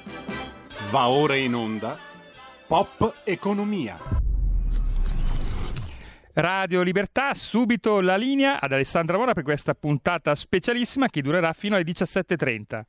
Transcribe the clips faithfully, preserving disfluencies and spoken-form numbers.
Va ora in onda Pop Economia. Radio Libertà, subito la linea ad Alessandra Mora per questa puntata specialissima che durerà fino alle diciassette e trenta.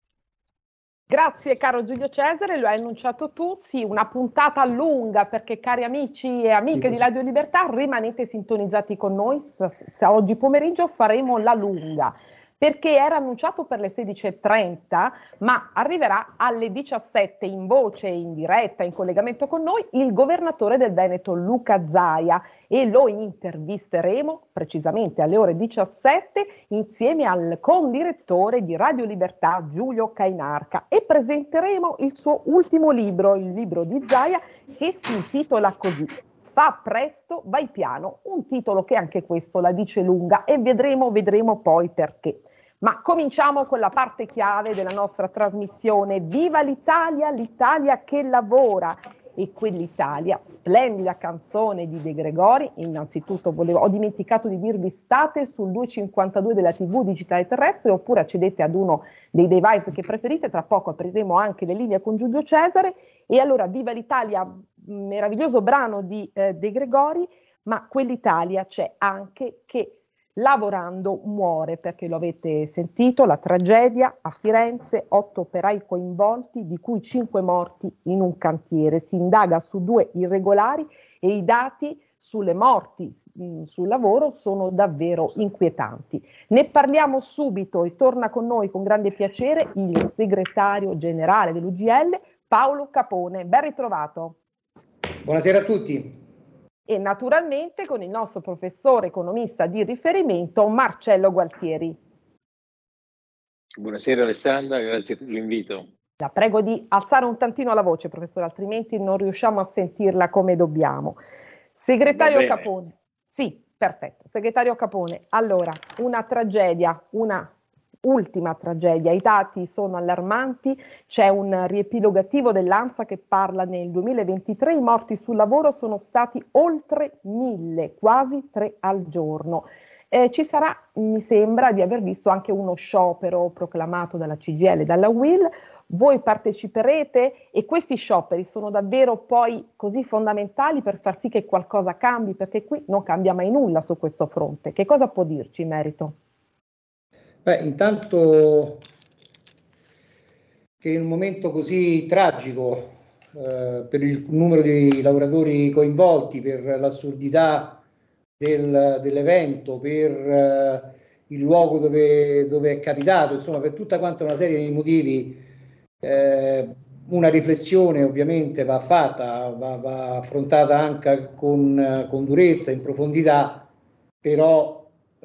Grazie caro Giulio Cesare, lo hai annunciato tu, sì, una puntata lunga perché cari amici e amiche di Radio Libertà rimanete sintonizzati con noi, se oggi pomeriggio faremo la lunga perché era annunciato per le sedici e trenta ma arriverà alle diciassette in voce, in diretta, in collegamento con noi il governatore del Veneto Luca Zaia e lo intervisteremo precisamente alle ore diciassette insieme al condirettore di Radio Libertà Giulio Cainarca e presenteremo il suo ultimo libro, il libro di Zaia che si intitola così: Fa presto, vai piano, un titolo che anche questo la dice lunga e vedremo, vedremo poi perché. Ma cominciamo con la parte chiave della nostra trasmissione. Viva l'Italia, l'Italia che lavora! E quell'Italia, splendida canzone di De Gregori. Innanzitutto volevo, ho dimenticato di dirvi, state sul duecentocinquantadue della tivù digitale terrestre oppure accedete ad uno dei device che preferite, tra poco apriremo anche le linee con Giulio Cesare. E allora Viva l'Italia, meraviglioso brano di eh, De Gregori, ma quell'Italia c'è anche che lavorando muore, perché lo avete sentito, la tragedia a Firenze, otto operai coinvolti, di cui cinque morti in un cantiere. Si indaga su due irregolari e i dati sulle morti mh, sul lavoro sono davvero inquietanti. Ne parliamo subito e torna con noi con grande piacere il segretario generale dell'U G L, Paolo Capone. Ben ritrovato. Buonasera a tutti. E naturalmente con il nostro professore economista di riferimento Marcello Gualtieri. Buonasera Alessandra, grazie per l'invito. La prego di alzare un tantino la voce, professore, altrimenti non riusciamo a sentirla come dobbiamo. Segretario Capone. Sì, perfetto. Segretario Capone, allora, una tragedia, una ultima tragedia, i dati sono allarmanti, c'è un riepilogativo dell'ANSA che parla nel duemilaventitré, i morti sul lavoro sono stati oltre mille, quasi tre al giorno. Eh, ci sarà, mi sembra di aver visto anche uno sciopero proclamato dalla C G I L e dalla U I L, voi parteciperete e questi scioperi sono davvero poi così fondamentali per far sì che qualcosa cambi, perché qui non cambia mai nulla su questo fronte. Che cosa può dirci in merito? Beh, intanto che in un momento così tragico eh, per il numero di lavoratori coinvolti, per l'assurdità del, dell'evento, per eh, il luogo dove, dove è capitato, insomma per tutta quanta una serie di motivi, eh, una riflessione ovviamente va fatta, va, va affrontata anche con, con durezza, in profondità, però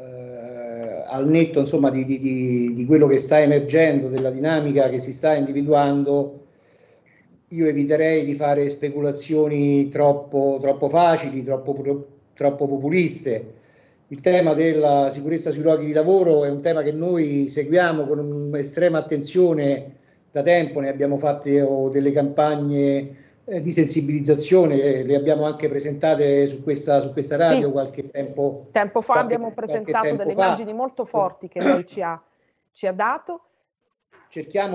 al netto insomma di, di, di quello che sta emergendo, della dinamica che si sta individuando, io eviterei di fare speculazioni troppo, troppo facili, troppo, troppo populiste. Il tema della sicurezza sui luoghi di lavoro è un tema che noi seguiamo con estrema attenzione da tempo, ne abbiamo fatte oh, delle campagne eh, di sensibilizzazione, eh, le abbiamo anche presentate su questa, su questa radio sì. qualche tempo, tempo fa. Qualche, abbiamo presentato tempo delle fa. immagini molto forti che lei ci ha, ci ha dato. Cerchiamo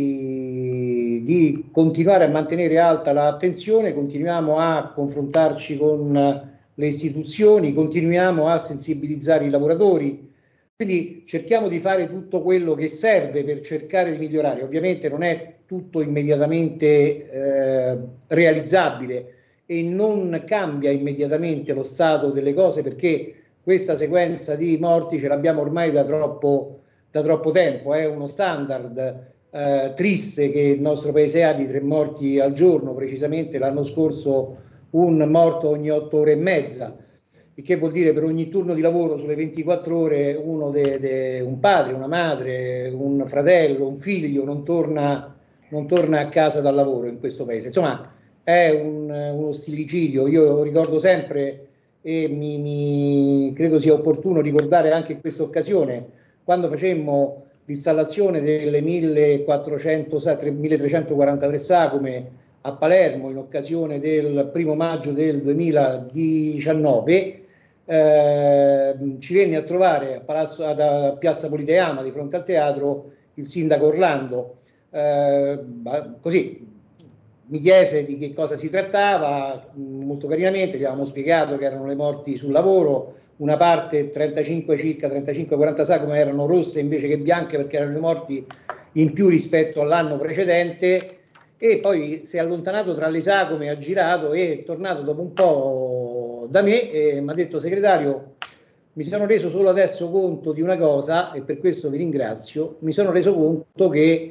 di, di continuare a mantenere alta l'attenzione, continuiamo a confrontarci con le istituzioni, continuiamo a sensibilizzare i lavoratori, quindi cerchiamo di fare tutto quello che serve per cercare di migliorare. Ovviamente non è tutto immediatamente eh, realizzabile e non cambia immediatamente lo stato delle cose, perché questa sequenza di morti ce l'abbiamo ormai da troppo, da troppo tempo, è uno standard eh, triste che il nostro paese ha, di tre morti al giorno, precisamente l'anno scorso un morto ogni otto ore e mezza, il che vuol dire per ogni turno di lavoro sulle ventiquattro ore uno de, de, un padre, una madre, un fratello, un figlio non torna, non torna a casa dal lavoro in questo paese. Insomma è un, uno stillicidio. Io ricordo sempre, e mi, mi credo sia opportuno ricordare anche in questa occasione, quando facemmo l'installazione delle millequattrocento, milletrecentoquarantatré sagome a Palermo in occasione del primo maggio del duemiladiciannove, eh, ci venne a trovare a, Palazzo, a Piazza Politeama di fronte al teatro il sindaco Orlando, eh, così mi chiese di che cosa si trattava, molto carinamente gli avevamo spiegato che erano le morti sul lavoro, una parte trentacinque circa trentacinque quaranta sagome erano rosse invece che bianche perché erano le morti in più rispetto all'anno precedente, e poi si è allontanato tra le sagome, ha girato e è tornato dopo un po' da me e mi ha detto: segretario, mi sono reso solo adesso conto di una cosa e per questo vi ringrazio, mi sono reso conto che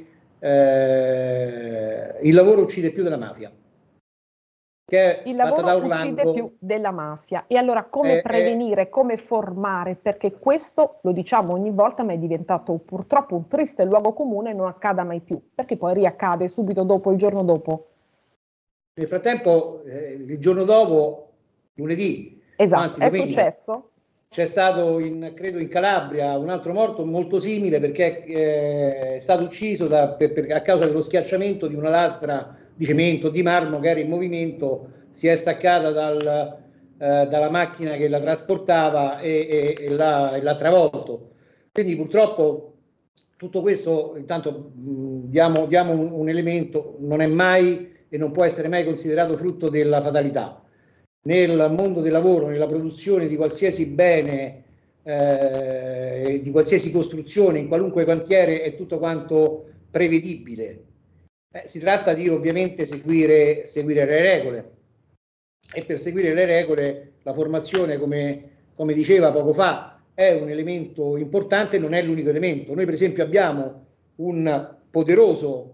eh, il lavoro uccide più della mafia. Che è il fatta da lavoro Orlando, uccide più della mafia. E allora come eh, prevenire, eh, come formare? Perché questo, lo diciamo ogni volta, ma è diventato purtroppo un triste luogo comune e non accada mai più, perché poi riaccade subito dopo, il giorno dopo. Nel frattempo, eh, il giorno dopo, lunedì, esatto, anzi, è domenica, successo? C'è stato, in, credo in Calabria, un altro morto molto simile perché eh, è stato ucciso da, per, per, a causa dello schiacciamento di una lastra di cemento, di marmo che era in movimento, si è staccata dal, eh, dalla macchina che la trasportava e, e, e, l'ha, e l'ha travolto. Quindi purtroppo tutto questo, intanto mh, diamo, diamo un, un elemento, non è mai e non può essere mai considerato frutto della fatalità. Nel mondo del lavoro, nella produzione di qualsiasi bene, eh, di qualsiasi costruzione, in qualunque cantiere, è tutto quanto prevedibile. Eh, si tratta di ovviamente seguire, seguire le regole, e per seguire le regole la formazione, come, come diceva poco fa, è un elemento importante, non è l'unico elemento. Noi per esempio abbiamo un poderoso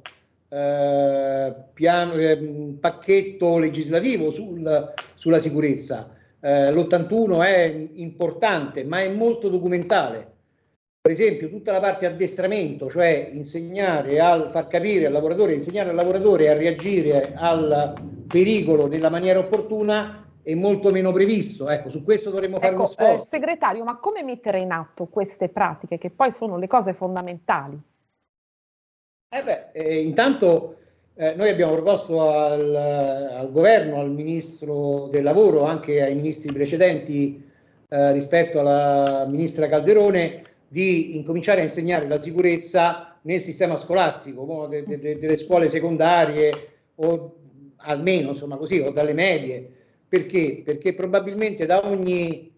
Eh, piano, eh, pacchetto legislativo sul, sulla sicurezza. Eh, l'ottantuno è importante, ma è molto documentale. Per esempio, tutta la parte addestramento, cioè insegnare al far capire al lavoratore, insegnare al lavoratore a reagire al pericolo nella maniera opportuna, è molto meno previsto. Ecco, su questo dovremmo fare ecco, uno sforzo. Eh, segretario, ma come mettere in atto queste pratiche, che poi sono le cose fondamentali? Eh beh, eh, intanto eh, noi abbiamo proposto al, al governo, al ministro del lavoro, anche ai ministri precedenti eh, rispetto alla ministra Calderone, di incominciare a insegnare la sicurezza nel sistema scolastico, de, de, de, delle scuole secondarie o almeno insomma così, o dalle medie. Perché? Perché probabilmente da ogni,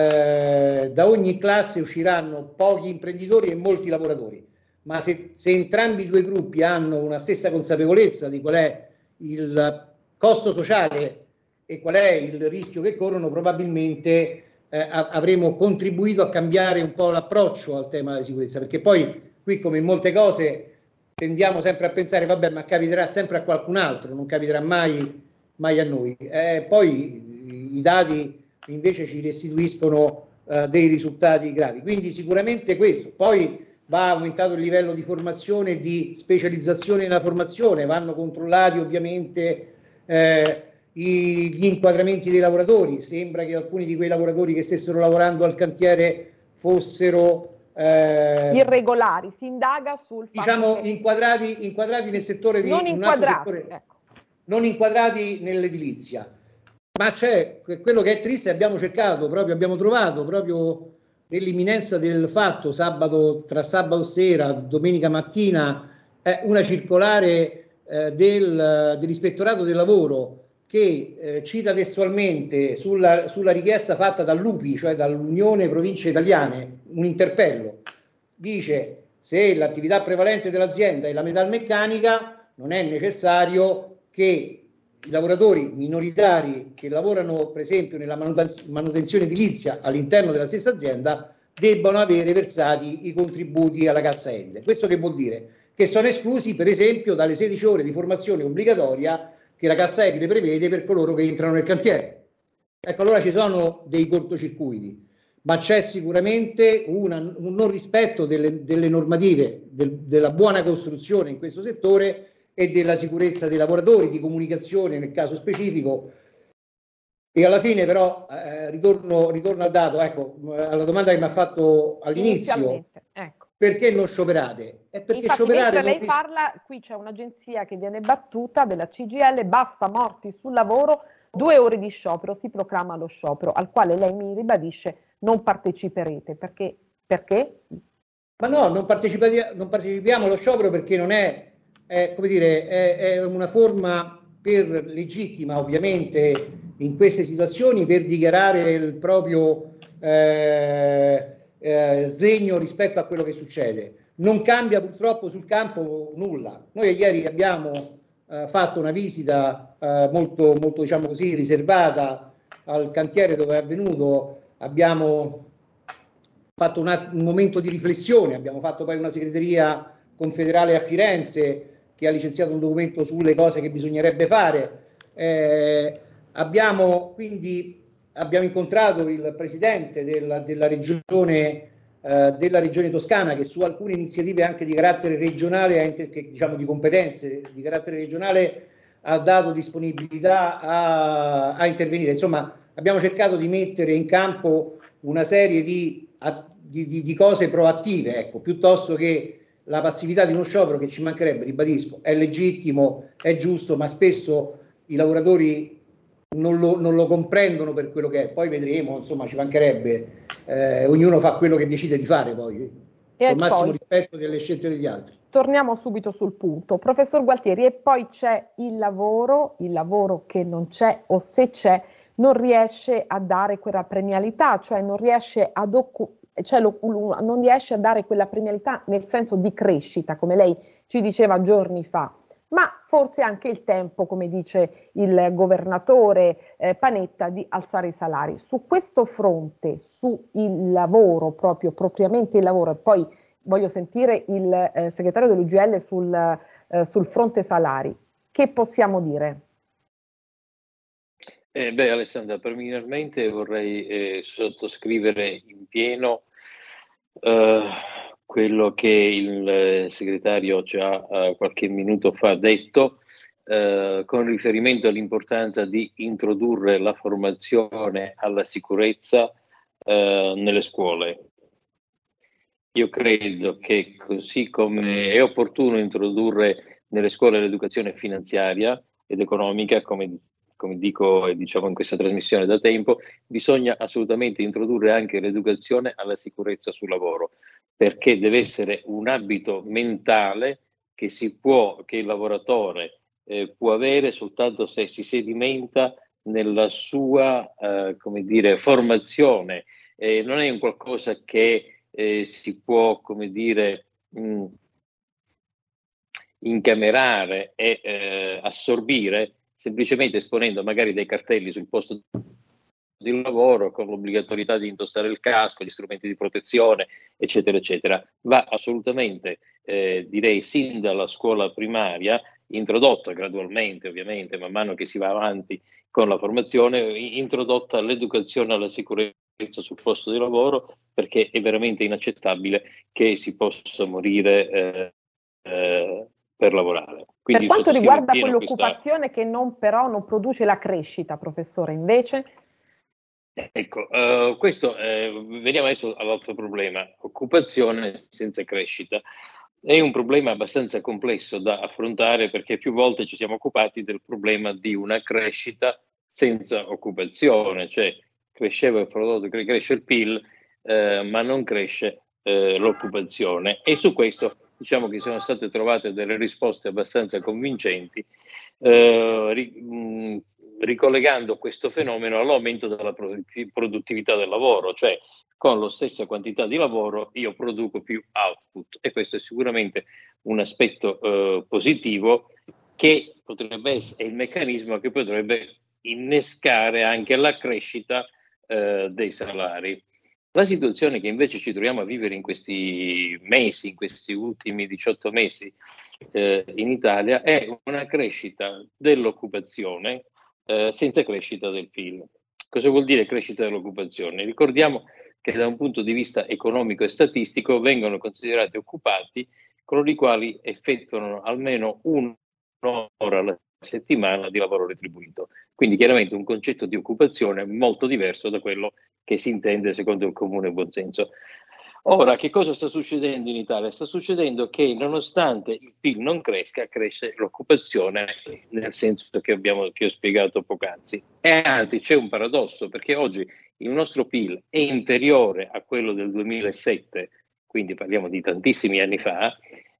eh, da ogni classe usciranno pochi imprenditori e molti lavoratori. Ma se, se entrambi i due gruppi hanno una stessa consapevolezza di qual è il costo sociale e qual è il rischio che corrono, probabilmente eh, avremo contribuito a cambiare un po' l'approccio al tema della sicurezza, perché poi qui, come in molte cose, tendiamo sempre a pensare vabbè, ma capiterà sempre a qualcun altro, non capiterà mai, mai a noi. Eh, poi i dati invece ci restituiscono eh, dei risultati gravi, quindi sicuramente questo. Poi va aumentato il livello di formazione e di specializzazione nella formazione, vanno controllati ovviamente eh, i, gli inquadramenti dei lavoratori. Sembra che alcuni di quei lavoratori che stessero lavorando al cantiere fossero eh, irregolari, si indaga sul fatto diciamo che... inquadrati, inquadrati nel settore di non in inquadrati, un altro settore, ecco. Non inquadrati nell'edilizia. Ma c'è quello che è triste, abbiamo cercato proprio, abbiamo trovato proprio nell'imminenza del fatto, sabato, tra sabato sera, domenica mattina, eh, una circolare eh, del, dell'Ispettorato del Lavoro che eh, cita testualmente sulla, sulla richiesta fatta dall'U P I, cioè dall'Unione Province Italiane, un interpello. Dice: se l'attività prevalente dell'azienda è la metalmeccanica, non è necessario che i lavoratori minoritari che lavorano per esempio nella manutenzione edilizia all'interno della stessa azienda debbano avere versati i contributi alla cassa edile. Questo che vuol dire? Che sono esclusi per esempio dalle sedici ore di formazione obbligatoria che la cassa edile prevede per coloro che entrano nel cantiere. Ecco, allora ci sono dei cortocircuiti, ma c'è sicuramente una, un non rispetto delle, delle normative del, della buona costruzione in questo settore e della sicurezza dei lavoratori, di comunicazione nel caso specifico. E alla fine però eh, ritorno, ritorno al dato, ecco, alla domanda che mi ha fatto all'inizio, ecco. Perché non scioperate? È perché infatti, scioperare mentre lei non... parla, qui c'è un'agenzia che viene battuta della C G I L, basta morti sul lavoro, due ore di sciopero, si proclama lo sciopero, al quale lei mi ribadisce non parteciperete, perché? Perché? Ma no, non, partecipa- non partecipiamo allo sciopero perché non è è, come dire, è, è una forma per legittima, ovviamente, in queste situazioni per dichiarare il proprio eh, eh, sdegno rispetto a quello che succede. Non cambia purtroppo sul campo nulla. Noi ieri abbiamo eh, fatto una visita eh, molto, molto, diciamo così, riservata al cantiere dove è avvenuto, abbiamo fatto una, un momento di riflessione, abbiamo fatto poi una segreteria confederale a Firenze che ha licenziato un documento sulle cose che bisognerebbe fare. Eh, abbiamo quindi abbiamo incontrato il presidente della, della regione eh, della regione Toscana, che su alcune iniziative anche di carattere regionale, che, diciamo di competenze di carattere regionale, ha dato disponibilità a, a intervenire. Insomma, abbiamo cercato di mettere in campo una serie di, di, di, di cose proattive, ecco, piuttosto che la passività di uno sciopero, che ci mancherebbe, ribadisco, è legittimo, è giusto, ma spesso i lavoratori non lo, non lo comprendono per quello che è. Poi vedremo, insomma, ci mancherebbe, eh, ognuno fa quello che decide di fare, poi, e con massimo poi, rispetto delle scelte degli altri. Torniamo subito sul punto, professor Gualtieri, e poi c'è il lavoro, il lavoro che non c'è, o se c'è, non riesce a dare quella premialità, cioè non riesce ad occupare, cioè lo, non riesce a dare quella premialità nel senso di crescita, come lei ci diceva giorni fa, ma forse anche il tempo, come dice il governatore eh, Panetta, di alzare i salari. Su questo fronte, sul lavoro proprio, propriamente il lavoro, e poi voglio sentire il eh, segretario dell'U G L sul, eh, sul fronte salari, che possiamo dire? Eh, beh, Alessandra, preliminarmente vorrei eh, sottoscrivere in pieno eh, quello che il eh, segretario già eh, qualche minuto fa ha detto, eh, con riferimento all'importanza di introdurre la formazione alla sicurezza eh, nelle scuole. Io credo che, così come è opportuno introdurre nelle scuole l'educazione finanziaria ed economica, come come dico e diciamo in questa trasmissione da tempo, bisogna assolutamente introdurre anche l'educazione alla sicurezza sul lavoro, perché deve essere un abito mentale che si può, che il lavoratore eh, può avere soltanto se si sedimenta nella sua eh, come dire, formazione. Eh, non è un qualcosa che eh, si può, come dire, mh, incamerare e eh, assorbire semplicemente esponendo magari dei cartelli sul posto di lavoro con l'obbligatorietà di indossare il casco, gli strumenti di protezione, eccetera, eccetera. Va assolutamente, eh, direi, sin dalla scuola primaria, introdotta gradualmente, ovviamente, man mano che si va avanti con la formazione, introdotta l'educazione alla sicurezza sul posto di lavoro, perché è veramente inaccettabile che si possa morire eh, eh, per lavorare. Quindi per quanto riguarda quell'occupazione questa... che non però non produce la crescita, professore, invece? Ecco, uh, questo, eh, veniamo adesso all'altro problema, occupazione senza crescita. È un problema abbastanza complesso da affrontare, perché più volte ci siamo occupati del problema di una crescita senza occupazione, cioè cresceva il prodotto, cresce il P I L, eh, ma non cresce eh, l'occupazione, e su questo diciamo che sono state trovate delle risposte abbastanza convincenti, eh, ri, mh, ricollegando questo fenomeno all'aumento della produttività del lavoro, cioè con la stessa quantità di lavoro io produco più output, e questo è sicuramente un aspetto eh, positivo, che potrebbe essere il meccanismo che potrebbe innescare anche la crescita eh, dei salari. La situazione che invece ci troviamo a vivere in questi mesi, in questi ultimi diciotto mesi eh, in Italia, è una crescita dell'occupazione eh, senza crescita del P I L. Cosa vuol dire crescita dell'occupazione? Ricordiamo che da un punto di vista economico e statistico vengono considerati occupati coloro i quali effettuano almeno un'ora alla settimana di lavoro retribuito. Quindi chiaramente un concetto di occupazione molto diverso da quello che si intende secondo il comune buonsenso. Ora, che cosa sta succedendo in Italia? Sta succedendo che nonostante il P I L non cresca, cresce l'occupazione, nel senso che, abbiamo, che ho spiegato poc'anzi. E anzi c'è un paradosso, perché oggi il nostro P I L è inferiore a quello del duemilasette, quindi parliamo di tantissimi anni fa,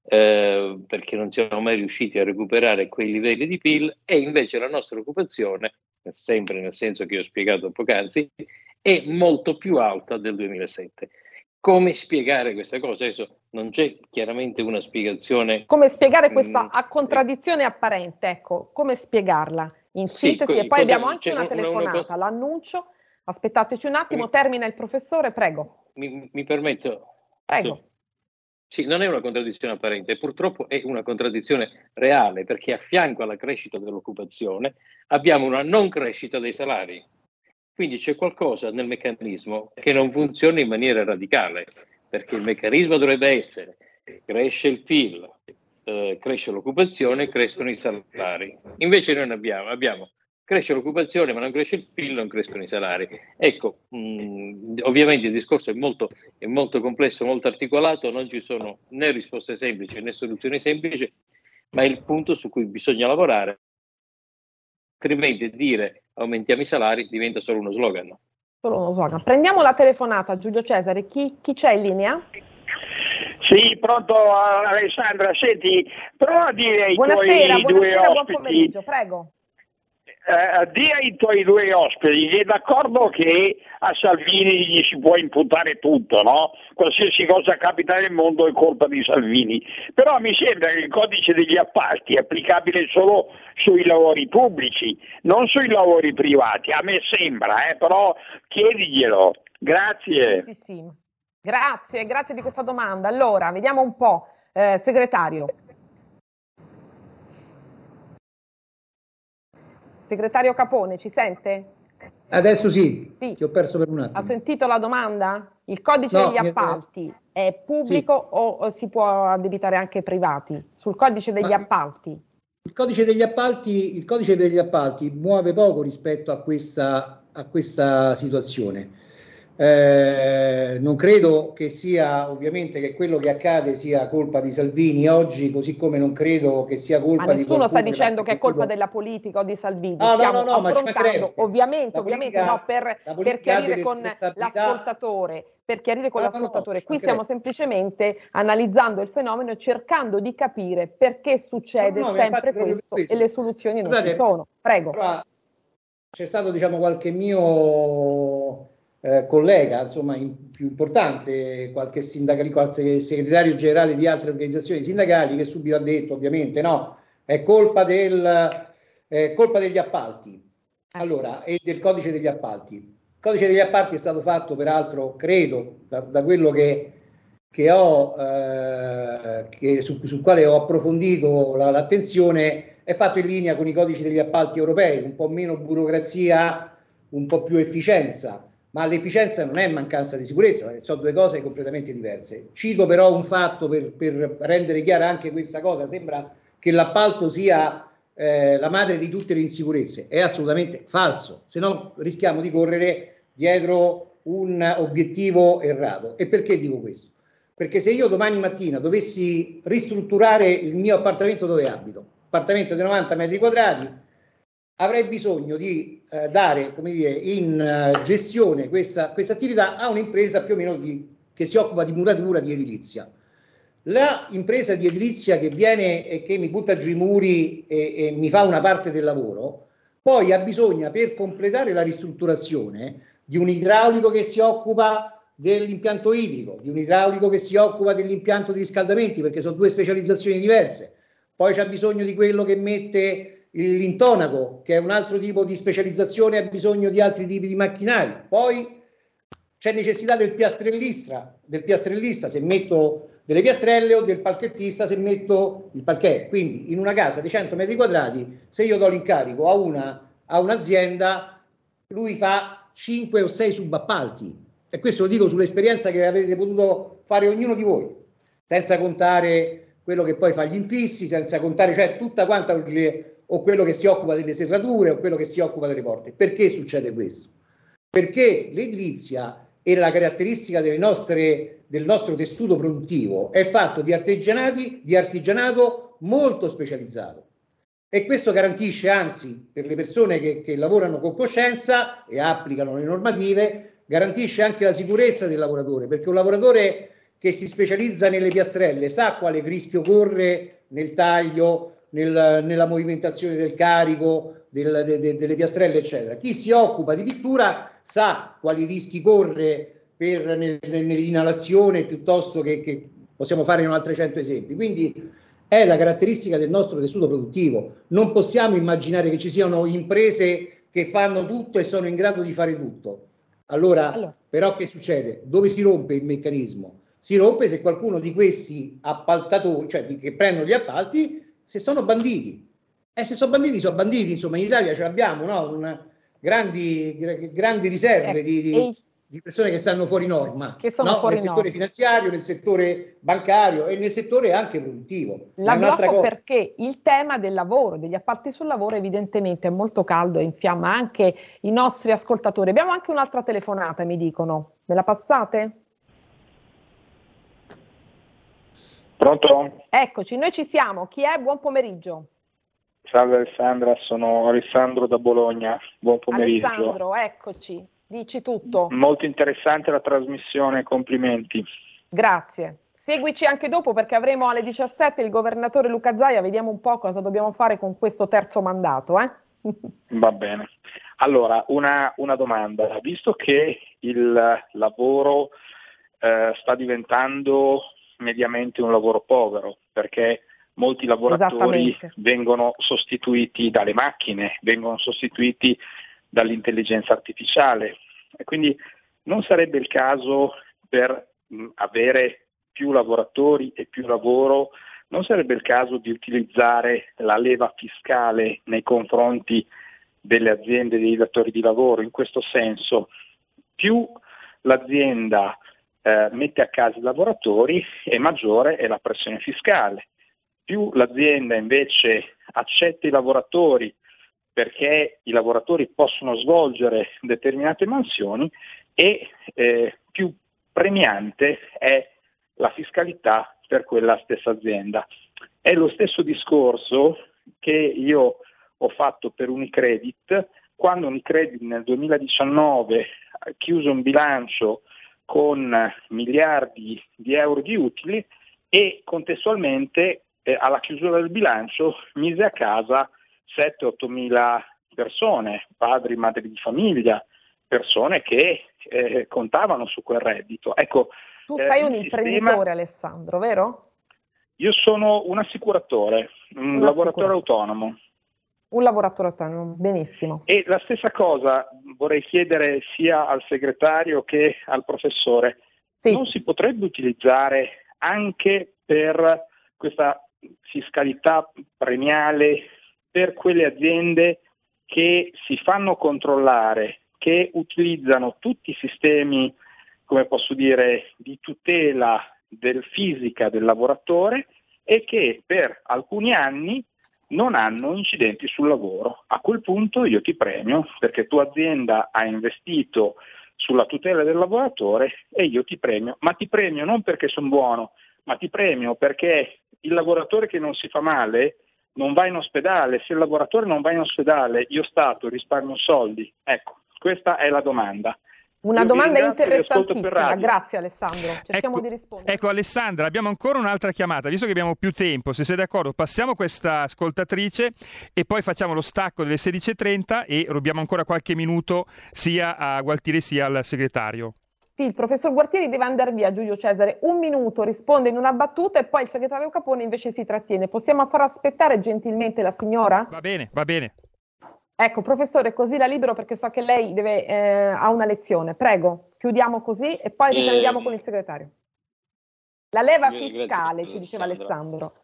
eh, perché non siamo mai riusciti a recuperare quei livelli di P I L, e invece la nostra occupazione, sempre nel senso che ho spiegato poc'anzi, è molto più alta del duemilasette. Come spiegare questa cosa? Adesso non c'è chiaramente una spiegazione. Come spiegare questa a contraddizione apparente, ecco, come spiegarla in sintesi? Sì, e poi abbiamo anche una telefonata, una, una... l'annuncio. Aspettateci un attimo, mi... termina il professore, prego. Mi, mi permetto? Prego. Sì, non è una contraddizione apparente, purtroppo è una contraddizione reale, perché a fianco alla crescita dell'occupazione abbiamo una non crescita dei salari. Quindi c'è qualcosa nel meccanismo che non funziona in maniera radicale, perché il meccanismo dovrebbe essere: cresce il P I L, eh, cresce l'occupazione, crescono i salari. Invece noi ne abbiamo, abbiamo cresce l'occupazione ma non cresce il P I L, non crescono i salari. Ecco, mh, ovviamente il discorso è molto, è molto complesso, molto articolato, non ci sono né risposte semplici né soluzioni semplici, ma è il punto su cui bisogna lavorare, altrimenti dire aumentiamo i salari diventa solo uno slogan. Solo uno slogan. Prendiamo la telefonata, Giulio Cesare, chi, chi c'è in linea? Sì, pronto Alessandra, senti, prova a dire ai buonasera, tuoi buonasera, due buon ospiti, pomeriggio, prego. Eh, di ai tuoi due ospiti che è d'accordo che a Salvini gli si può imputare tutto, no? Qualsiasi cosa capita nel mondo è colpa di Salvini, però mi sembra che il codice degli appalti è applicabile solo sui lavori pubblici, non sui lavori privati, a me sembra, eh, però chiediglielo. Grazie. Sì, sì, sì. Grazie, grazie di questa domanda. Allora, vediamo un po', eh, segretario. Segretario Capone, ci sente? Adesso sì, sì. Ti ho perso per un attimo. Ha sentito la domanda? Il codice no, degli appalti è, è pubblico sì. o si può addebitare anche ai privati? Sul codice degli Ma appalti? Il codice degli appalti, il codice degli appalti muove poco rispetto a questa, a questa situazione. Eh, non credo che sia, ovviamente, che quello che accade sia colpa di Salvini oggi, così come non credo che sia colpa ma di nessuno sta dicendo che, che è colpa della politica o di Salvini. No, Stiamo no, no, no, affrontando, ma ovviamente, la ovviamente politica, no, per, per chiarire con l'ascoltatore, per chiarire con no, l'ascoltatore, no, no, qui stiamo semplicemente analizzando il fenomeno e cercando di capire perché succede no, no, sempre questo, questo e le soluzioni non Guardate, ci sono. Prego. C'è stato, diciamo, qualche mio Eh, collega, insomma, in, più importante, qualche sindacali, qualche segretario generale di altre organizzazioni sindacali che subito ha detto, ovviamente, no, è colpa del è colpa degli appalti. Allora, e del codice degli appalti. Il codice degli appalti è stato fatto, peraltro, credo, da, da quello che, che ho, eh, che su, sul quale ho approfondito la, l'attenzione, è fatto in linea con i codici degli appalti europei, un po' meno burocrazia, un po' più efficienza. Ma l'efficienza non è mancanza di sicurezza, perché sono due cose completamente diverse. Cito però un fatto per, per rendere chiara anche questa cosa: sembra che l'appalto sia eh, la madre di tutte le insicurezze. È assolutamente falso, se no rischiamo di correre dietro un obiettivo errato. E perché dico questo? Perché se io domani mattina dovessi ristrutturare il mio appartamento dove abito, appartamento di novanta metri quadrati, avrei bisogno di eh, dare, come dire, in uh, gestione questa, questa attività a un'impresa più o meno di, che si occupa di muratura, di edilizia. La impresa di edilizia che viene e che mi butta giù i muri e, e mi fa una parte del lavoro, poi ha bisogno, per completare la ristrutturazione, di un idraulico che si occupa dell'impianto idrico, di un idraulico che si occupa dell'impianto di riscaldamenti, perché sono due specializzazioni diverse. Poi c'ha bisogno di quello che mette l'intonaco, che è un altro tipo di specializzazione, ha bisogno di altri tipi di macchinari. Poi c'è necessità del piastrellista, del piastrellista se metto delle piastrelle, o del palchettista se metto il parquet. Quindi in una casa di cento metri quadrati, se io do l'incarico a, una, a un'azienda, lui fa cinque o sei subappalti. E questo lo dico sull'esperienza che avete potuto fare ognuno di voi, senza contare quello che poi fa gli infissi, senza contare, cioè tutta quanta, o quello che si occupa delle serrature, o quello che si occupa delle porte. Perché succede questo? Perché l'edilizia e la caratteristica delle nostre, del nostro tessuto produttivo è fatto di artigianati, di artigianato molto specializzato. E questo garantisce, anzi, per le persone che, che lavorano con coscienza e applicano le normative, garantisce anche la sicurezza del lavoratore, perché un lavoratore che si specializza nelle piastrelle sa quale rischio corre nel taglio, nel, nella movimentazione del carico, del, de, de, delle piastrelle, eccetera. Chi si occupa di pittura sa quali rischi corre per, nel, nell'inalazione, piuttosto che, che possiamo fare in altri cento esempi. Quindi è la caratteristica del nostro tessuto produttivo. Non possiamo immaginare che ci siano imprese che fanno tutto e sono in grado di fare tutto. Allora, allora. Però che succede? Dove si rompe il meccanismo? Si rompe se qualcuno di questi appaltatori, cioè di, che prendono gli appalti, se sono banditi. E se sono banditi, sono banditi. Insomma, in Italia ce l'abbiamo, no? Una, grandi, grandi riserve eh, di, di, di persone che stanno fuori norma, che sono no? fuori nel settore norma. finanziario, nel settore bancario e nel settore anche produttivo. La blocco perché il tema del lavoro, degli appalti sul lavoro evidentemente è molto caldo e infiamma anche i nostri ascoltatori. Abbiamo anche un'altra telefonata, mi dicono. Me la passate? Pronto? Eccoci, noi ci siamo. Chi è? Buon pomeriggio. Salve Alessandra, sono Alessandro da Bologna. Buon pomeriggio. Alessandro, eccoci. Dici tutto. Molto interessante la trasmissione, complimenti. Grazie. Seguici anche dopo perché avremo alle diciassette il governatore Luca Zaia, vediamo un po' cosa dobbiamo fare con questo terzo mandato. Eh? Va bene. Allora, una, una domanda. Visto che il lavoro eh, sta diventando mediamente un lavoro povero, perché molti lavoratori vengono sostituiti dalle macchine, vengono sostituiti dall'intelligenza artificiale, e quindi non sarebbe il caso, per mh, avere più lavoratori e più lavoro, non sarebbe il caso di utilizzare la leva fiscale nei confronti delle aziende e dei datori di lavoro? In questo senso, più l'azienda eh, mette a casa i lavoratori e maggiore è la pressione fiscale. Più l'azienda invece accetta i lavoratori perché i lavoratori possono svolgere determinate mansioni e eh, più premiante è la fiscalità per quella stessa azienda. È lo stesso discorso che io ho fatto per Unicredit, quando Unicredit nel duemiladiciannove ha chiuso un bilancio con miliardi di euro di utili e contestualmente eh, alla chiusura del bilancio mise a casa sette otto mila persone, padri, madri di famiglia, persone che eh, contavano su quel reddito. Ecco, tu sei eh, un imprenditore, sistema... Alessandro, vero? Io sono un assicuratore, un, un lavoratore autonomo. Un lavoratore autonomo, benissimo. E la stessa cosa vorrei chiedere sia al segretario che al professore. Sì. Non si potrebbe utilizzare anche per questa fiscalità premiale per quelle aziende che si fanno controllare, che utilizzano tutti i sistemi, come posso dire, di tutela del fisica del lavoratore e che per alcuni anni non hanno incidenti sul lavoro? A quel punto io ti premio perché tua azienda ha investito sulla tutela del lavoratore e io ti premio, ma ti premio non perché sono buono, ma ti premio perché il lavoratore che non si fa male non va in ospedale. Se il lavoratore non va in ospedale, io Stato risparmio soldi. Ecco, questa è la domanda. Una Io domanda interessantissima, grazie Alessandro, cerchiamo ecco, di rispondere. Ecco Alessandra, abbiamo ancora un'altra chiamata, visto che abbiamo più tempo, se sei d'accordo passiamo questa ascoltatrice e poi facciamo lo stacco delle sedici e trenta e rubiamo ancora qualche minuto sia a Gualtieri sia al segretario. Sì, il professor Gualtieri deve andare via, Giulio Cesare, un minuto, risponde in una battuta e poi il segretario Capone invece si trattiene. Possiamo far aspettare gentilmente la signora? Va bene, va bene. Ecco, professore, così la libero perché so che lei deve, eh, ha una lezione. Prego, chiudiamo così e poi riprendiamo eh, con il segretario. La leva fiscale, ci diceva Alessandro.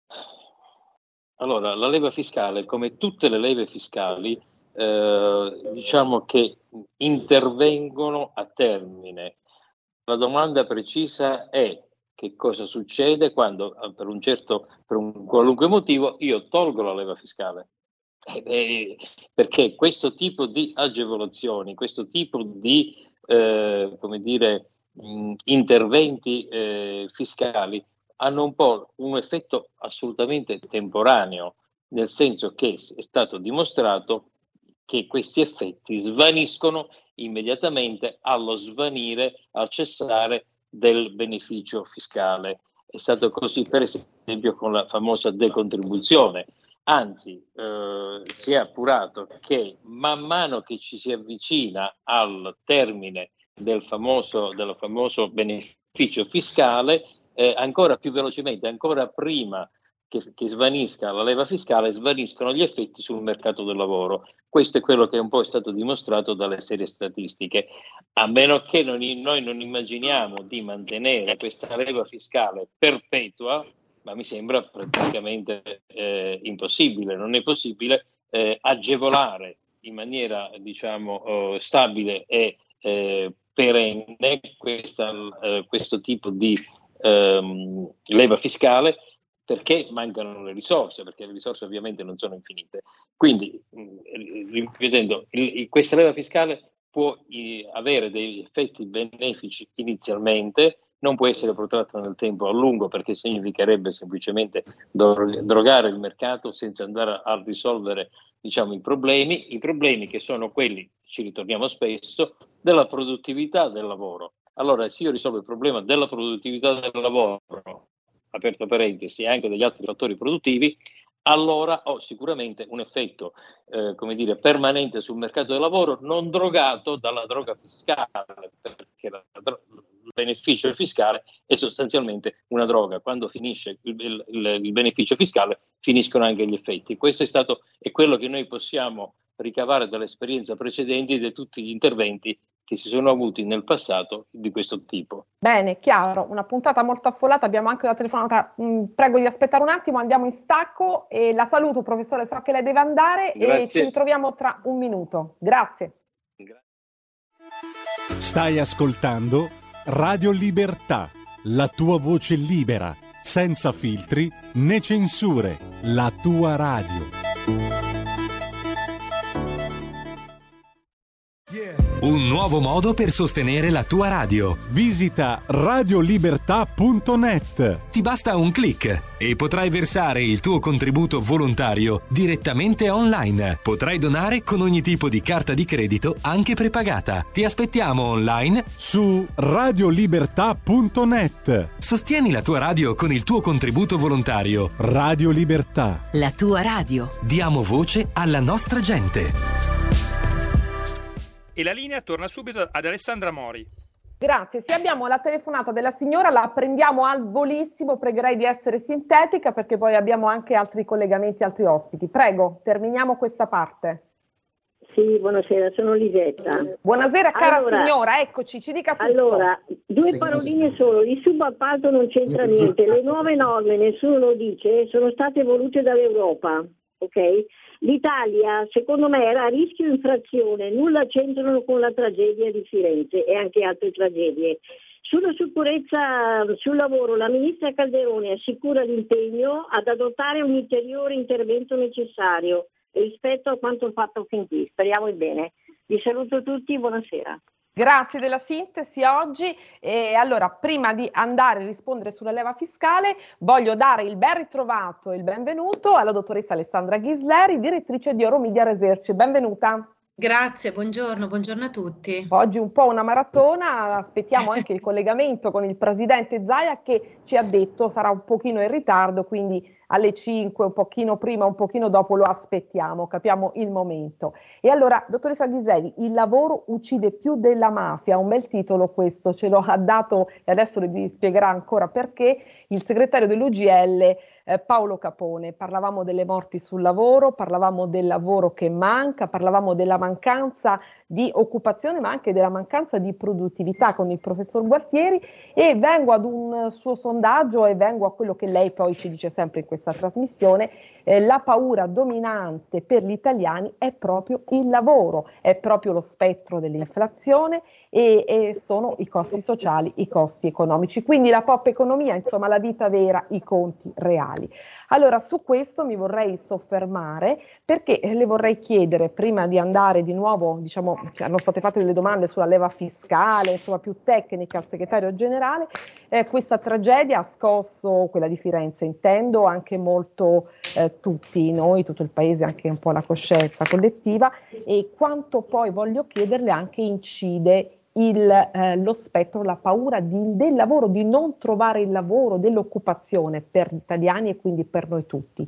Allora, la leva fiscale, come tutte le leve fiscali, eh, diciamo che intervengono a termine. La domanda precisa è: che cosa succede quando, per un certo, per un qualunque motivo, io tolgo la leva fiscale? Eh beh, perché questo tipo di agevolazioni, questo tipo di eh, come dire, mh, interventi eh, fiscali hanno un po' un effetto assolutamente temporaneo, nel senso che è stato dimostrato che questi effetti svaniscono immediatamente allo svanire, al cessare del beneficio fiscale. È stato così per esempio con la famosa decontribuzione, anzi eh, si è appurato che man mano che ci si avvicina al termine del famoso, del famoso beneficio fiscale, eh, ancora più velocemente, ancora prima che, che svanisca la leva fiscale, svaniscono gli effetti sul mercato del lavoro. Questo è quello che un po' è stato dimostrato dalle serie statistiche, a meno che non, noi non immaginiamo di mantenere questa leva fiscale perpetua, ma mi sembra praticamente eh, impossibile. Non è possibile eh, agevolare in maniera, diciamo, eh, stabile e eh, perenne questa, eh, questo tipo di ehm, leva fiscale, perché mancano le risorse, perché le risorse ovviamente non sono infinite. Quindi, ripetendo, questa leva fiscale può eh, avere degli effetti benefici inizialmente, non può essere protratta nel tempo a lungo, perché significherebbe semplicemente drogare il mercato senza andare a risolvere, diciamo, i problemi, i problemi che sono quelli, ci ritorniamo spesso, della produttività del lavoro. Allora, se io risolvo il problema della produttività del lavoro, aperto parentesi, anche degli altri fattori produttivi, allora ho sicuramente un effetto eh, come dire, permanente sul mercato del lavoro, non drogato dalla droga fiscale, perché la, la, il beneficio fiscale è sostanzialmente una droga. Quando finisce il, il, il beneficio fiscale, finiscono anche gli effetti. Questo è stato è quello che noi possiamo ricavare dall'esperienza precedente di tutti gli interventi che si sono avuti nel passato di questo tipo. Bene, chiaro, una puntata molto affollata, abbiamo anche una telefonata, mh, prego di aspettare un attimo, andiamo in stacco e la saluto, professore, so che lei deve andare. Grazie. E ci ritroviamo tra un minuto. Grazie. Stai ascoltando Radio Libertà, la tua voce libera, senza filtri né censure, la tua radio. Un nuovo modo per sostenere la tua radio. Visita radiolibertà punto net. Ti basta un click e potrai versare il tuo contributo volontario direttamente online. Potrai donare con ogni tipo di carta di credito, anche prepagata. Ti aspettiamo online su radiolibertà punto net. Sostieni la tua radio con il tuo contributo volontario. Radio Libertà. La tua radio. Diamo voce alla nostra gente. E la linea torna subito ad Alessandra Mori. Grazie, se abbiamo la telefonata della signora la prendiamo al volissimo, pregherei di essere sintetica perché poi abbiamo anche altri collegamenti, altri ospiti. Prego, terminiamo questa parte. Sì, buonasera, sono Lisetta. Buonasera cara allora, signora, eccoci, ci dica tutto. Allora, due paroline solo, il subappalto non c'entra niente, le nuove norme, nessuno lo dice, sono state volute dall'Europa, ok? L'Italia, secondo me, era a rischio infrazione, nulla c'entrano con la tragedia di Firenze e anche altre tragedie. Sulla sicurezza sul lavoro, la ministra Calderone assicura l'impegno ad adottare un ulteriore intervento necessario rispetto a quanto fatto fin qui. Speriamo in bene. Vi saluto tutti, buonasera. Grazie della sintesi oggi. E allora, prima di andare a rispondere sulla leva fiscale, voglio dare il ben ritrovato e il benvenuto alla dottoressa Alessandra Ghisleri, direttrice di Euromedia Research. Benvenuta. Grazie, buongiorno, buongiorno a tutti. Oggi un po' una maratona, aspettiamo anche il collegamento con il presidente Zaia che ci ha detto sarà un pochino in ritardo, quindi alle cinque, un pochino prima, un pochino dopo lo aspettiamo, capiamo il momento. E allora, dottoressa Ghisleri, il lavoro uccide più della mafia, un bel titolo questo, ce lo ha dato e adesso vi spiegherà ancora perché il segretario dell'U G L Eh, Paolo Capone. Parlavamo delle morti sul lavoro, parlavamo del lavoro che manca, parlavamo della mancanza di occupazione ma anche della mancanza di produttività con il professor Gualtieri e vengo ad un suo sondaggio e vengo a quello che lei poi ci dice sempre in questa trasmissione, eh, la paura dominante per gli italiani è proprio il lavoro, è proprio lo spettro dell'inflazione e, e sono i costi sociali, i costi economici, quindi la pop economia, insomma la vita vera, i conti reali. Allora su questo mi vorrei soffermare perché le vorrei chiedere prima di andare di nuovo, diciamo, hanno state fatte delle domande sulla leva fiscale, insomma più tecnica al segretario generale, eh, questa tragedia ha scosso, quella di Firenze intendo, anche molto eh, tutti noi, tutto il paese, anche un po' la coscienza collettiva e quanto poi voglio chiederle anche incide il, eh, lo spettro, la paura di, del lavoro, di non trovare il lavoro, dell'occupazione per gli italiani e quindi per noi tutti?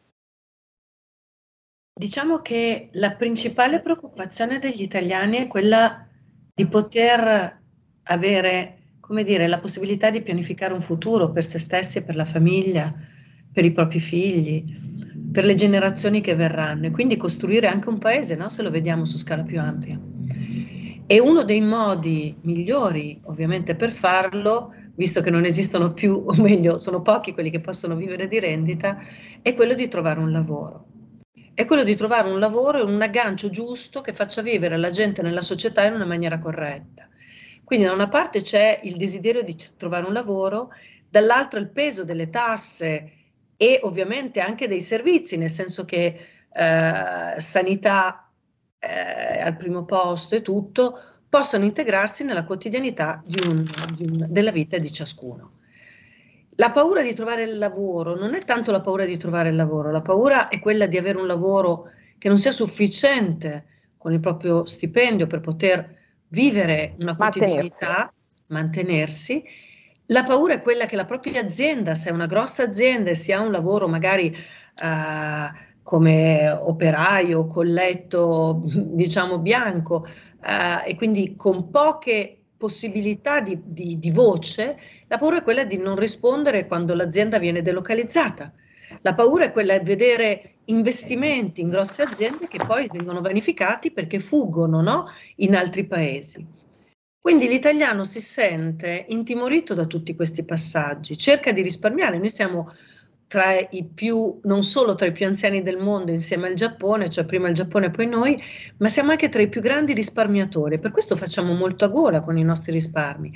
Diciamo che la principale preoccupazione degli italiani è quella di poter avere, come dire, la possibilità di pianificare un futuro per se stessi e per la famiglia, per i propri figli, per le generazioni che verranno, e quindi costruire anche un paese, no? Se lo vediamo su scala più ampia. E uno dei modi migliori, ovviamente, per farlo, visto che non esistono più, o meglio, sono pochi quelli che possono vivere di rendita, è quello di trovare un lavoro. È quello di trovare un lavoro e un aggancio giusto che faccia vivere la gente nella società in una maniera corretta. Quindi da una parte c'è il desiderio di trovare un lavoro, dall'altra il peso delle tasse e ovviamente anche dei servizi, nel senso che eh, sanità eh, al primo posto e tutto, possono integrarsi nella quotidianità di un, di un, della vita di ciascuno. La paura di trovare il lavoro non è tanto la paura di trovare il lavoro, la paura è quella di avere un lavoro che non sia sufficiente con il proprio stipendio per poter vivere una quotidianità, mantenersi. La paura è quella che la propria azienda, se è una grossa azienda e si ha un lavoro magari eh, come operaio, colletto, diciamo bianco, eh, e quindi con poche possibilità di, di, di voce, la paura è quella di non rispondere quando l'azienda viene delocalizzata. La paura è quella di vedere investimenti in grosse aziende che poi vengono vanificati perché fuggono, no? In altri paesi. Quindi l'italiano si sente intimorito da tutti questi passaggi, cerca di risparmiare. Noi siamo tra i più, non solo tra i più anziani del mondo insieme al Giappone, cioè prima il Giappone e poi noi, ma siamo anche tra i più grandi risparmiatori, per questo facciamo molto a gola con i nostri risparmi.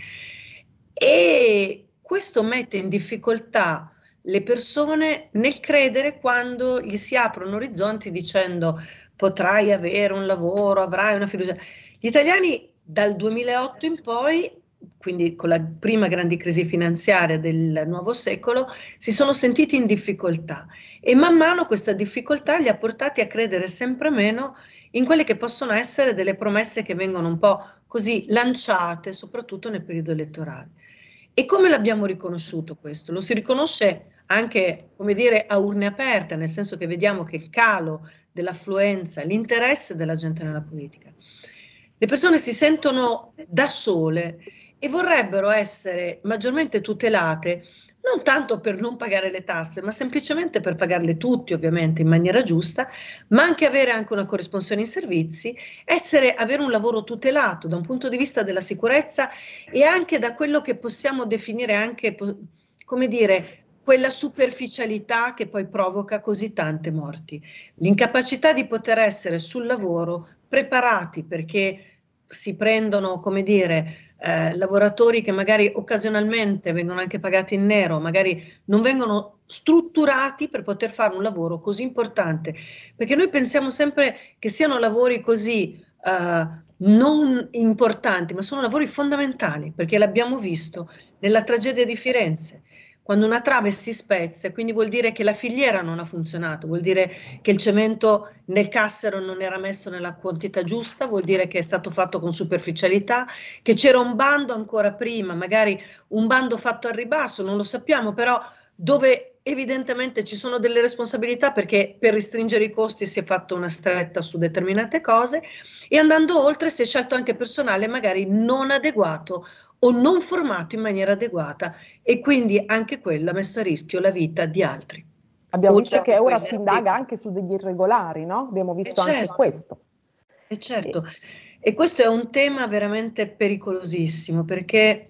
E questo mette in difficoltà le persone nel credere quando gli si aprono orizzonti dicendo potrai avere un lavoro, avrai una fiducia. Gli italiani dal duemilaotto in poi, quindi con la prima grande crisi finanziaria del nuovo secolo, si sono sentiti in difficoltà e man mano questa difficoltà li ha portati a credere sempre meno in quelle che possono essere delle promesse che vengono un po' così lanciate, soprattutto nel periodo elettorale. E come l'abbiamo riconosciuto questo? Lo si riconosce anche, come dire, a urne aperte, nel senso che vediamo che il calo dell'affluenza, l'interesse della gente nella politica. Le persone si sentono da sole e vorrebbero essere maggiormente tutelate, non tanto per non pagare le tasse, ma semplicemente per pagarle tutti, ovviamente, in maniera giusta, ma anche avere anche una corrispondenza in servizi, essere, avere un lavoro tutelato da un punto di vista della sicurezza e anche da quello che possiamo definire anche, come dire, quella superficialità che poi provoca così tante morti. L'incapacità di poter essere sul lavoro preparati perché si prendono, come dire, eh, lavoratori che magari occasionalmente vengono anche pagati in nero, magari non vengono strutturati per poter fare un lavoro così importante, perché noi pensiamo sempre che siano lavori così eh, non importanti, ma sono lavori fondamentali, perché l'abbiamo visto nella tragedia di Firenze. Quando una trave si spezza, quindi vuol dire che la filiera non ha funzionato, vuol dire che il cemento nel cassero non era messo nella quantità giusta, vuol dire che è stato fatto con superficialità, che c'era un bando ancora prima, magari un bando fatto al ribasso, non lo sappiamo, però dove evidentemente ci sono delle responsabilità perché per restringere i costi si è fatto una stretta su determinate cose e andando oltre si è scelto anche personale magari non adeguato o non formato in maniera adeguata e quindi anche quello ha messo a rischio la vita di altri. Abbiamo Oltre visto che ora si indaga anche su degli irregolari, no? Abbiamo visto certo, anche questo. E certo, e questo è un tema veramente pericolosissimo perché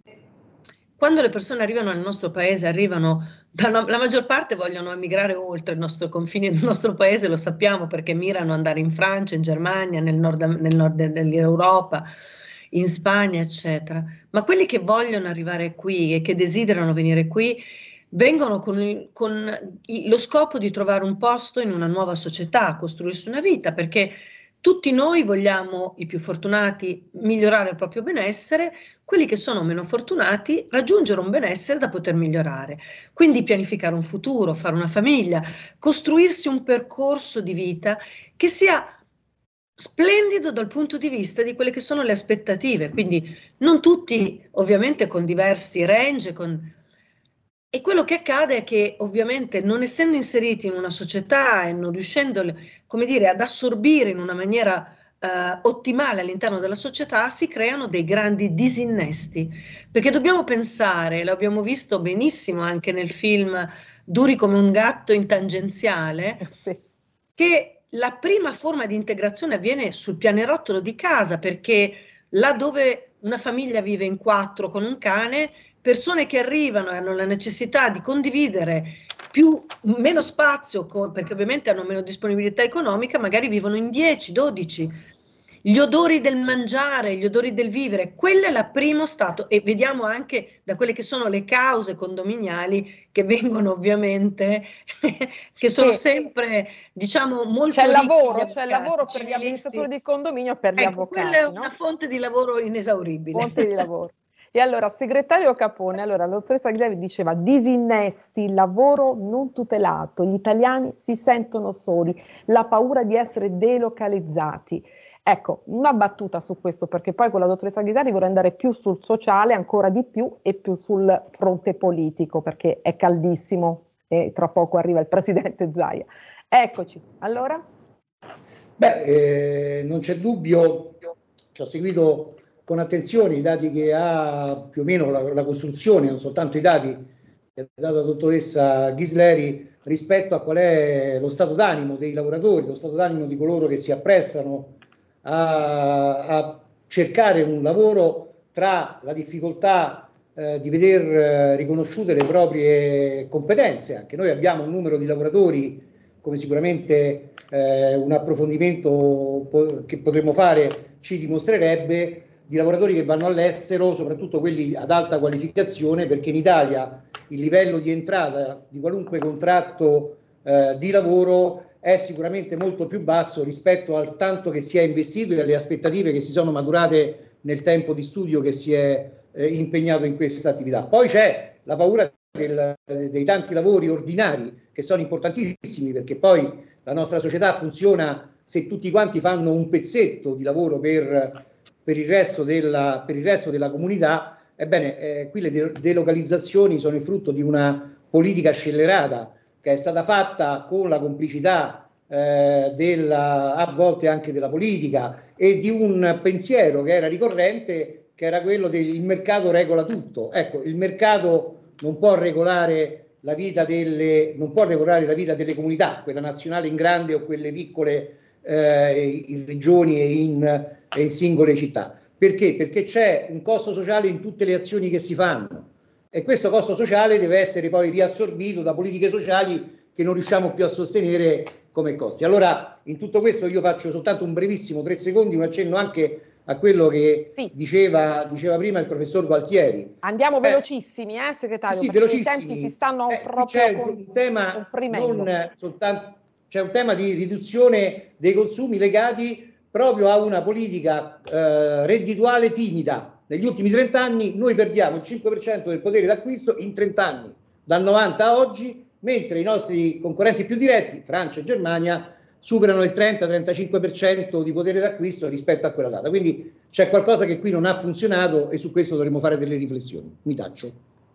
quando le persone arrivano nel nostro paese, arrivano, da una, la maggior parte vogliono emigrare oltre il nostro confine, il nostro paese, lo sappiamo perché mirano ad andare in Francia, in Germania, nel nord, nel nord dell'Europa, in Spagna, eccetera. Ma quelli che vogliono arrivare qui e che desiderano venire qui vengono con, con lo scopo di trovare un posto in una nuova società, costruirsi una vita, perché tutti noi vogliamo, i più fortunati, migliorare il proprio benessere, quelli che sono meno fortunati raggiungere un benessere da poter migliorare. Quindi pianificare un futuro, fare una famiglia, costruirsi un percorso di vita che sia splendido dal punto di vista di quelle che sono le aspettative, quindi non tutti ovviamente con diversi range, con... e quello che accade è che ovviamente non essendo inseriti in una società e non riuscendo, come dire, ad assorbire in una maniera Uh, ottimale all'interno della società, si creano dei grandi disinnesti, perché dobbiamo pensare, l'abbiamo visto benissimo anche nel film Duri come un gatto in tangenziale, sì, che la prima forma di integrazione avviene sul pianerottolo di casa, perché là dove una famiglia vive in quattro con un cane, persone che arrivano e hanno la necessità di condividere più, meno spazio, perché ovviamente hanno meno disponibilità economica, magari vivono in dieci, dodici. Gli odori del mangiare, gli odori del vivere, quello è il primo stato, e vediamo anche da quelle che sono le cause condominiali che vengono ovviamente, che sono sì, sempre, diciamo, molto c'è il lavoro, avvocati, c'è il lavoro per gli amministratori di condominio e per gli ecco, avvocati. Quella è no? una fonte di lavoro inesauribile. Fonte di lavoro. E allora, segretario Capone, allora la dottoressa Ghiavi diceva disinnesti, il lavoro non tutelato, gli italiani si sentono soli, la paura di essere delocalizzati. Ecco, una battuta su questo, perché poi con la dottoressa Ghisari vorrei andare più sul sociale, ancora di più, e più sul fronte politico, perché è caldissimo e tra poco arriva il presidente Zaia. Eccoci, allora? Beh, eh, non c'è dubbio che ho seguito con attenzione i dati che ha più o meno la, la costruzione, non soltanto i dati che ha dato la dottoressa Ghisleri rispetto a qual è lo stato d'animo dei lavoratori, lo stato d'animo di coloro che si apprestano A, a cercare un lavoro, tra la difficoltà eh, di veder eh, riconosciute le proprie competenze. Anche noi abbiamo un numero di lavoratori, come sicuramente eh, un approfondimento po- che potremmo fare ci dimostrerebbe, di lavoratori che vanno all'estero, soprattutto quelli ad alta qualificazione, perché in Italia il livello di entrata di qualunque contratto eh, di lavoro è sicuramente molto più basso rispetto al tanto che si è investito e alle aspettative che si sono maturate nel tempo di studio che si è eh, impegnato in questa attività. Poi c'è la paura del, dei tanti lavori ordinari, che sono importantissimi, perché poi la nostra società funziona se tutti quanti fanno un pezzetto di lavoro per, per, il, resto della, per il resto della comunità. Ebbene, eh, qui le de- delocalizzazioni sono il frutto di una politica scellerata che è stata fatta con la complicità eh, della, a volte anche della politica, e di un pensiero che era ricorrente, che era quello del mercato regola tutto. Ecco, il mercato non può regolare la vita delle, non può regolare la vita delle comunità, quella nazionale in grande o quelle piccole eh, in regioni e in, e in singole città. Perché? Perché c'è un costo sociale in tutte le azioni che si fanno. E questo costo sociale deve essere poi riassorbito da politiche sociali che non riusciamo più a sostenere come costi. Allora, in tutto questo io faccio soltanto un brevissimo, tre secondi, un accenno anche a quello che sì. diceva, diceva prima il professor Gualtieri. Andiamo eh, velocissimi, eh, segretario, sì, perché velocissimi. i tempi si stanno eh, proprio c'è con, un tema comprimendo. Non soltanto, c'è un tema di riduzione dei consumi legati proprio a una politica eh, reddituale timida. Negli ultimi trenta anni noi perdiamo il cinque per cento del potere d'acquisto in trenta anni, dal novanta a oggi, mentre i nostri concorrenti più diretti, Francia e Germania, superano il trenta trentacinque per cento di potere d'acquisto rispetto a quella data. Quindi c'è qualcosa che qui non ha funzionato e su questo dovremo fare delle riflessioni. Mi taccio.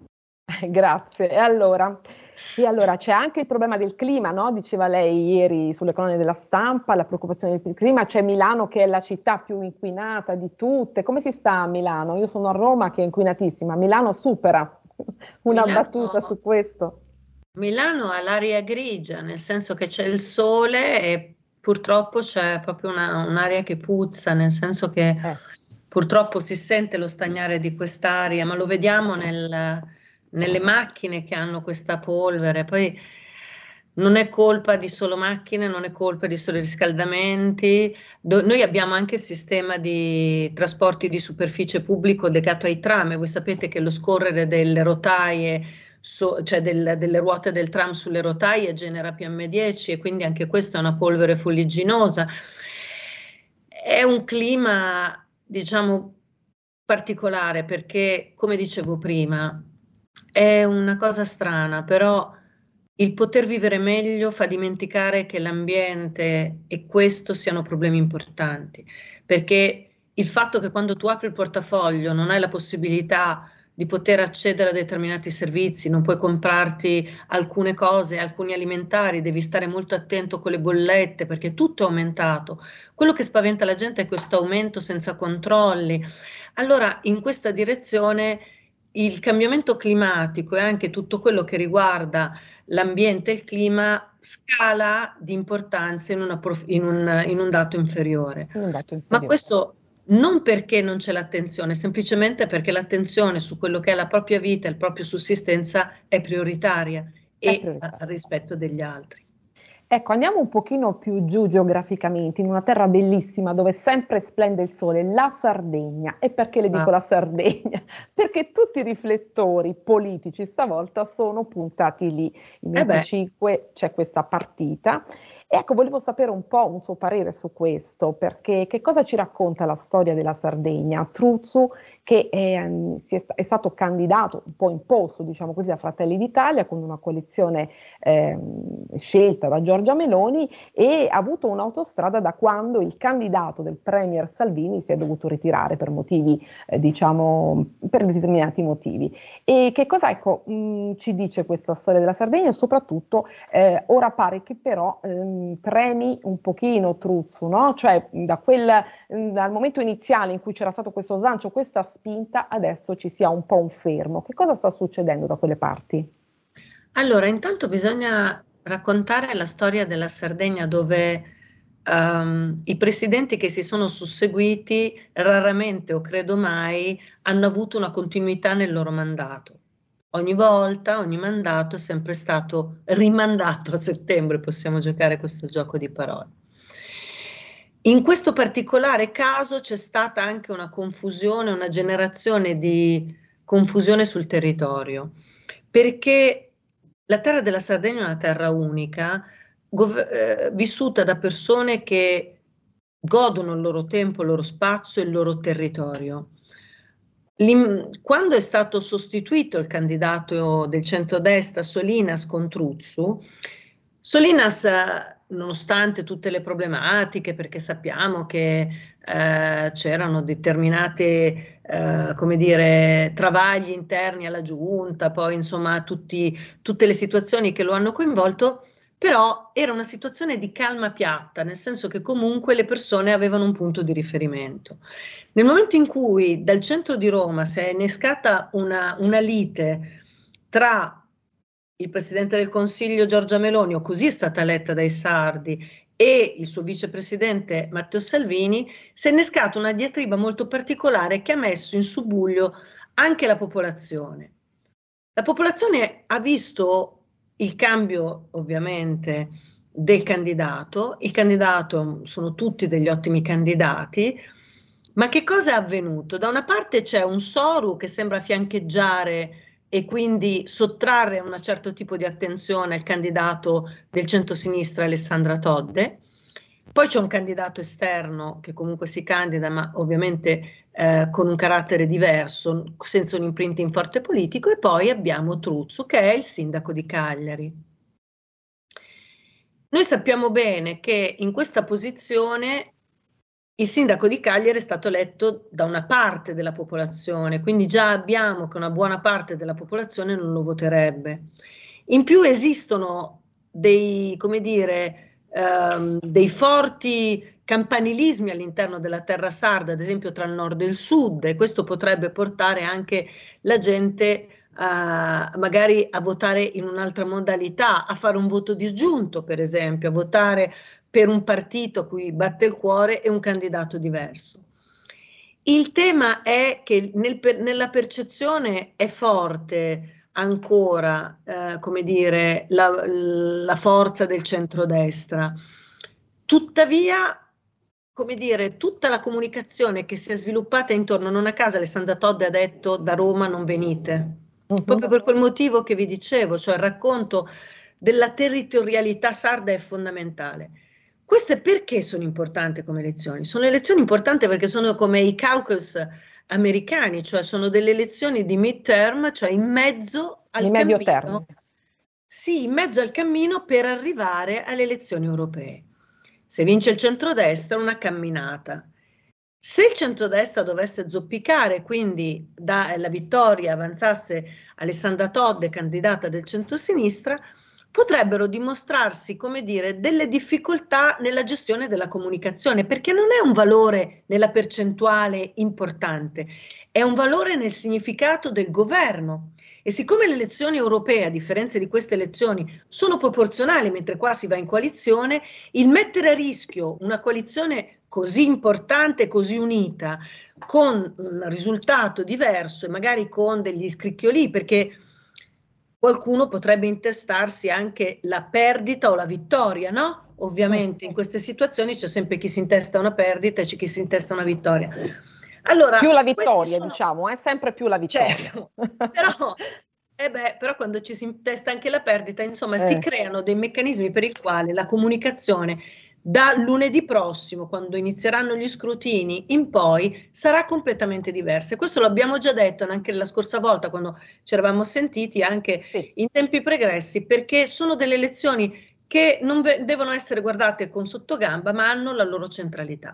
Grazie. E allora, e allora c'è anche il problema del clima, no? Diceva lei ieri sulle colonne della Stampa, la preoccupazione del clima. C'è Milano che è la città più inquinata di tutte. Come si sta a Milano? Io sono a Roma che è inquinatissima. Milano supera. Una Milano, battuta su questo. Milano ha l'aria grigia, nel senso che c'è il sole e purtroppo c'è proprio una, un'aria che puzza, nel senso che eh. purtroppo si sente lo stagnare di quest'aria, ma lo vediamo nel... nelle macchine che hanno questa polvere. Poi non è colpa di solo macchine, non è colpa di solo riscaldamenti. Do- noi abbiamo anche il sistema di trasporti di superficie pubblico legato ai tram, e voi sapete che lo scorrere delle rotaie, so- cioè del, delle ruote del tram sulle rotaie genera P M dieci, e quindi anche questa è una polvere fuligginosa. È un clima, diciamo, particolare, perché, come dicevo prima, è una cosa strana, però il poter vivere meglio fa dimenticare che l'ambiente e questo siano problemi importanti, perché il fatto che quando tu apri il portafoglio non hai la possibilità di poter accedere a determinati servizi, non puoi comprarti alcune cose, alcuni alimentari, devi stare molto attento con le bollette perché tutto è aumentato. Quello che spaventa la gente è questo aumento senza controlli. Allora, in questa direzione il cambiamento climatico e anche tutto quello che riguarda l'ambiente e il clima scala di importanza in, una prof- in, un, in un dato inferiore. Un dato inferiore. Ma questo non perché non c'è l'attenzione, semplicemente perché l'attenzione su quello che è la propria vita e la propria sussistenza è prioritaria È e prioritaria. al rispetto degli altri. Ecco, andiamo un pochino più giù geograficamente, in una terra bellissima dove sempre splende il sole, la Sardegna. E perché le dico Ah. la Sardegna? Perché tutti i riflettori politici stavolta sono puntati lì. Il Eh beh. venticinque c'è questa partita. Ecco, volevo sapere un po' un suo parere su questo, perché che cosa ci racconta la storia della Sardegna? Truzzu, che è, si è, è stato candidato, un po' imposto, diciamo così, da Fratelli d'Italia, con una coalizione eh, scelta da Giorgia Meloni, e ha avuto un'autostrada da quando il candidato del premier Salvini si è dovuto ritirare per motivi, eh, diciamo, per determinati motivi. E che cosa, ecco, mh, ci dice questa storia della Sardegna? E soprattutto, eh, ora pare che però ehm, tremi un pochino Truzzu, no? Cioè da quel, dal momento iniziale in cui c'era stato questo slancio, questa spinta, adesso ci sia un po' un fermo. Che cosa sta succedendo da quelle parti? Allora, intanto bisogna raccontare la storia della Sardegna, dove um, i presidenti che si sono susseguiti raramente o credo mai hanno avuto una continuità nel loro mandato. Ogni volta, ogni mandato è sempre stato rimandato a settembre, possiamo giocare questo gioco di parole. In questo particolare caso c'è stata anche una confusione, una generazione di confusione sul territorio, perché la terra della Sardegna è una terra unica, gov- eh, vissuta da persone che godono il loro tempo, il loro spazio e il loro territorio. L'im- quando è stato sostituito il candidato del centrodestra Solinas con Truzzu, Solinas, nonostante tutte le problematiche, perché sappiamo che eh, c'erano determinate, eh, come dire, travagli interni alla giunta, poi insomma tutti, tutte le situazioni che lo hanno coinvolto, però era una situazione di calma piatta, nel senso che comunque le persone avevano un punto di riferimento. Nel momento in cui dal centro di Roma si è innescata una, una lite tra il Presidente del Consiglio Giorgia Meloni, o così è stata eletta dai sardi, e il suo vicepresidente Matteo Salvini, si è innescata una diatriba molto particolare che ha messo in subbuglio anche la popolazione. La popolazione ha visto il cambio, ovviamente, del candidato. Il candidato sono tutti degli ottimi candidati, ma che cosa è avvenuto? Da una parte c'è un Soru che sembra fiancheggiare e quindi sottrarre un certo tipo di attenzione al candidato del centrosinistra Alessandra Todde. Poi c'è un candidato esterno che comunque si candida, ma ovviamente eh, con un carattere diverso, senza un imprinting forte politico, e poi abbiamo Truzzu, che è il sindaco di Cagliari. Noi sappiamo bene che in questa posizione il sindaco di Cagliari è stato eletto da una parte della popolazione, quindi già abbiamo che una buona parte della popolazione non lo voterebbe. In più esistono dei, come dire, ehm, dei forti campanilismi all'interno della terra sarda, ad esempio tra il nord e il sud, e questo potrebbe portare anche la gente a, magari a votare in un'altra modalità, a fare un voto disgiunto, per esempio, a votare per un partito a cui batte il cuore e un candidato diverso. Il tema è che nel, nella percezione è forte ancora, eh, come dire, la, la forza del centrodestra. Tuttavia, come dire, tutta la comunicazione che si è sviluppata intorno, non a caso Alessandra Todde ha detto da Roma non venite, uh-huh. proprio per quel motivo che vi dicevo, cioè il racconto della territorialità sarda è fondamentale. Queste perché sono importanti come elezioni? Sono elezioni importanti perché sono come i caucus americani, cioè sono delle elezioni di midterm, cioè in mezzo al di medio cammino, termine. sì, in mezzo al cammino per arrivare alle elezioni europee. Se vince il centrodestra, una camminata. Se il centrodestra dovesse zoppicare, quindi dalla vittoria avanzasse Alessandra Todde, candidata del centrosinistra, potrebbero dimostrarsi, come dire, delle difficoltà nella gestione della comunicazione, perché non è un valore nella percentuale importante, è un valore nel significato del governo. E siccome le elezioni europee, a differenza di queste elezioni, sono proporzionali, mentre qua si va in coalizione, il mettere a rischio una coalizione così importante, così unita, con un risultato diverso e magari con degli scricchiolii, perché qualcuno potrebbe intestarsi anche la perdita o la vittoria, no? Ovviamente in queste situazioni c'è sempre chi si intesta una perdita e c'è chi si intesta una vittoria. Allora, più la vittoria, sono... diciamo, è eh? sempre più la vittoria. Certo, però, eh beh, però quando ci si intesta anche la perdita, insomma, eh. si creano dei meccanismi per i quali la comunicazione da lunedì prossimo, quando inizieranno gli scrutini, in poi sarà completamente diversa. E questo l'abbiamo già detto anche la scorsa volta, quando ci eravamo sentiti, anche sì. in tempi pregressi, perché sono delle elezioni che non devono essere guardate con sottogamba, ma hanno la loro centralità.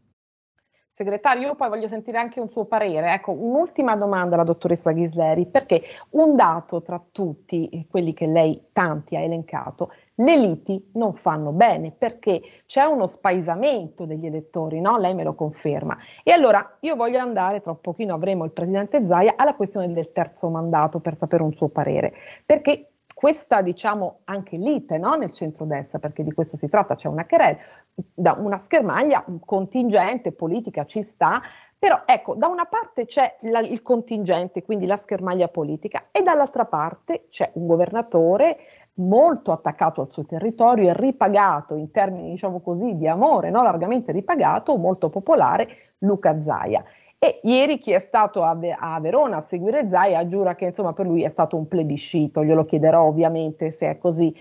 Segretario, io poi voglio sentire anche un suo parere. Ecco, un'ultima domanda alla dottoressa Ghisleri, perché un dato tra tutti quelli che lei tanti ha elencato, le liti non fanno bene, perché c'è uno spaesamento degli elettori, no? Lei me lo conferma. E allora io voglio andare, tra un pochino avremo il presidente Zaia, alla questione del terzo mandato per sapere un suo parere, perché questa, diciamo, anche lite, no? Nel centrodestra, perché di questo si tratta, c'è una querela, da una schermaglia, un contingente politica ci sta, però ecco, da una parte c'è la, il contingente, quindi la schermaglia politica, e dall'altra parte c'è un governatore molto attaccato al suo territorio e ripagato in termini, diciamo così, di amore, no? Largamente ripagato, molto popolare, Luca Zaia. E ieri chi è stato a, a Verona a seguire Zaia giura che insomma per lui è stato un plebiscito, glielo chiederò ovviamente se è così.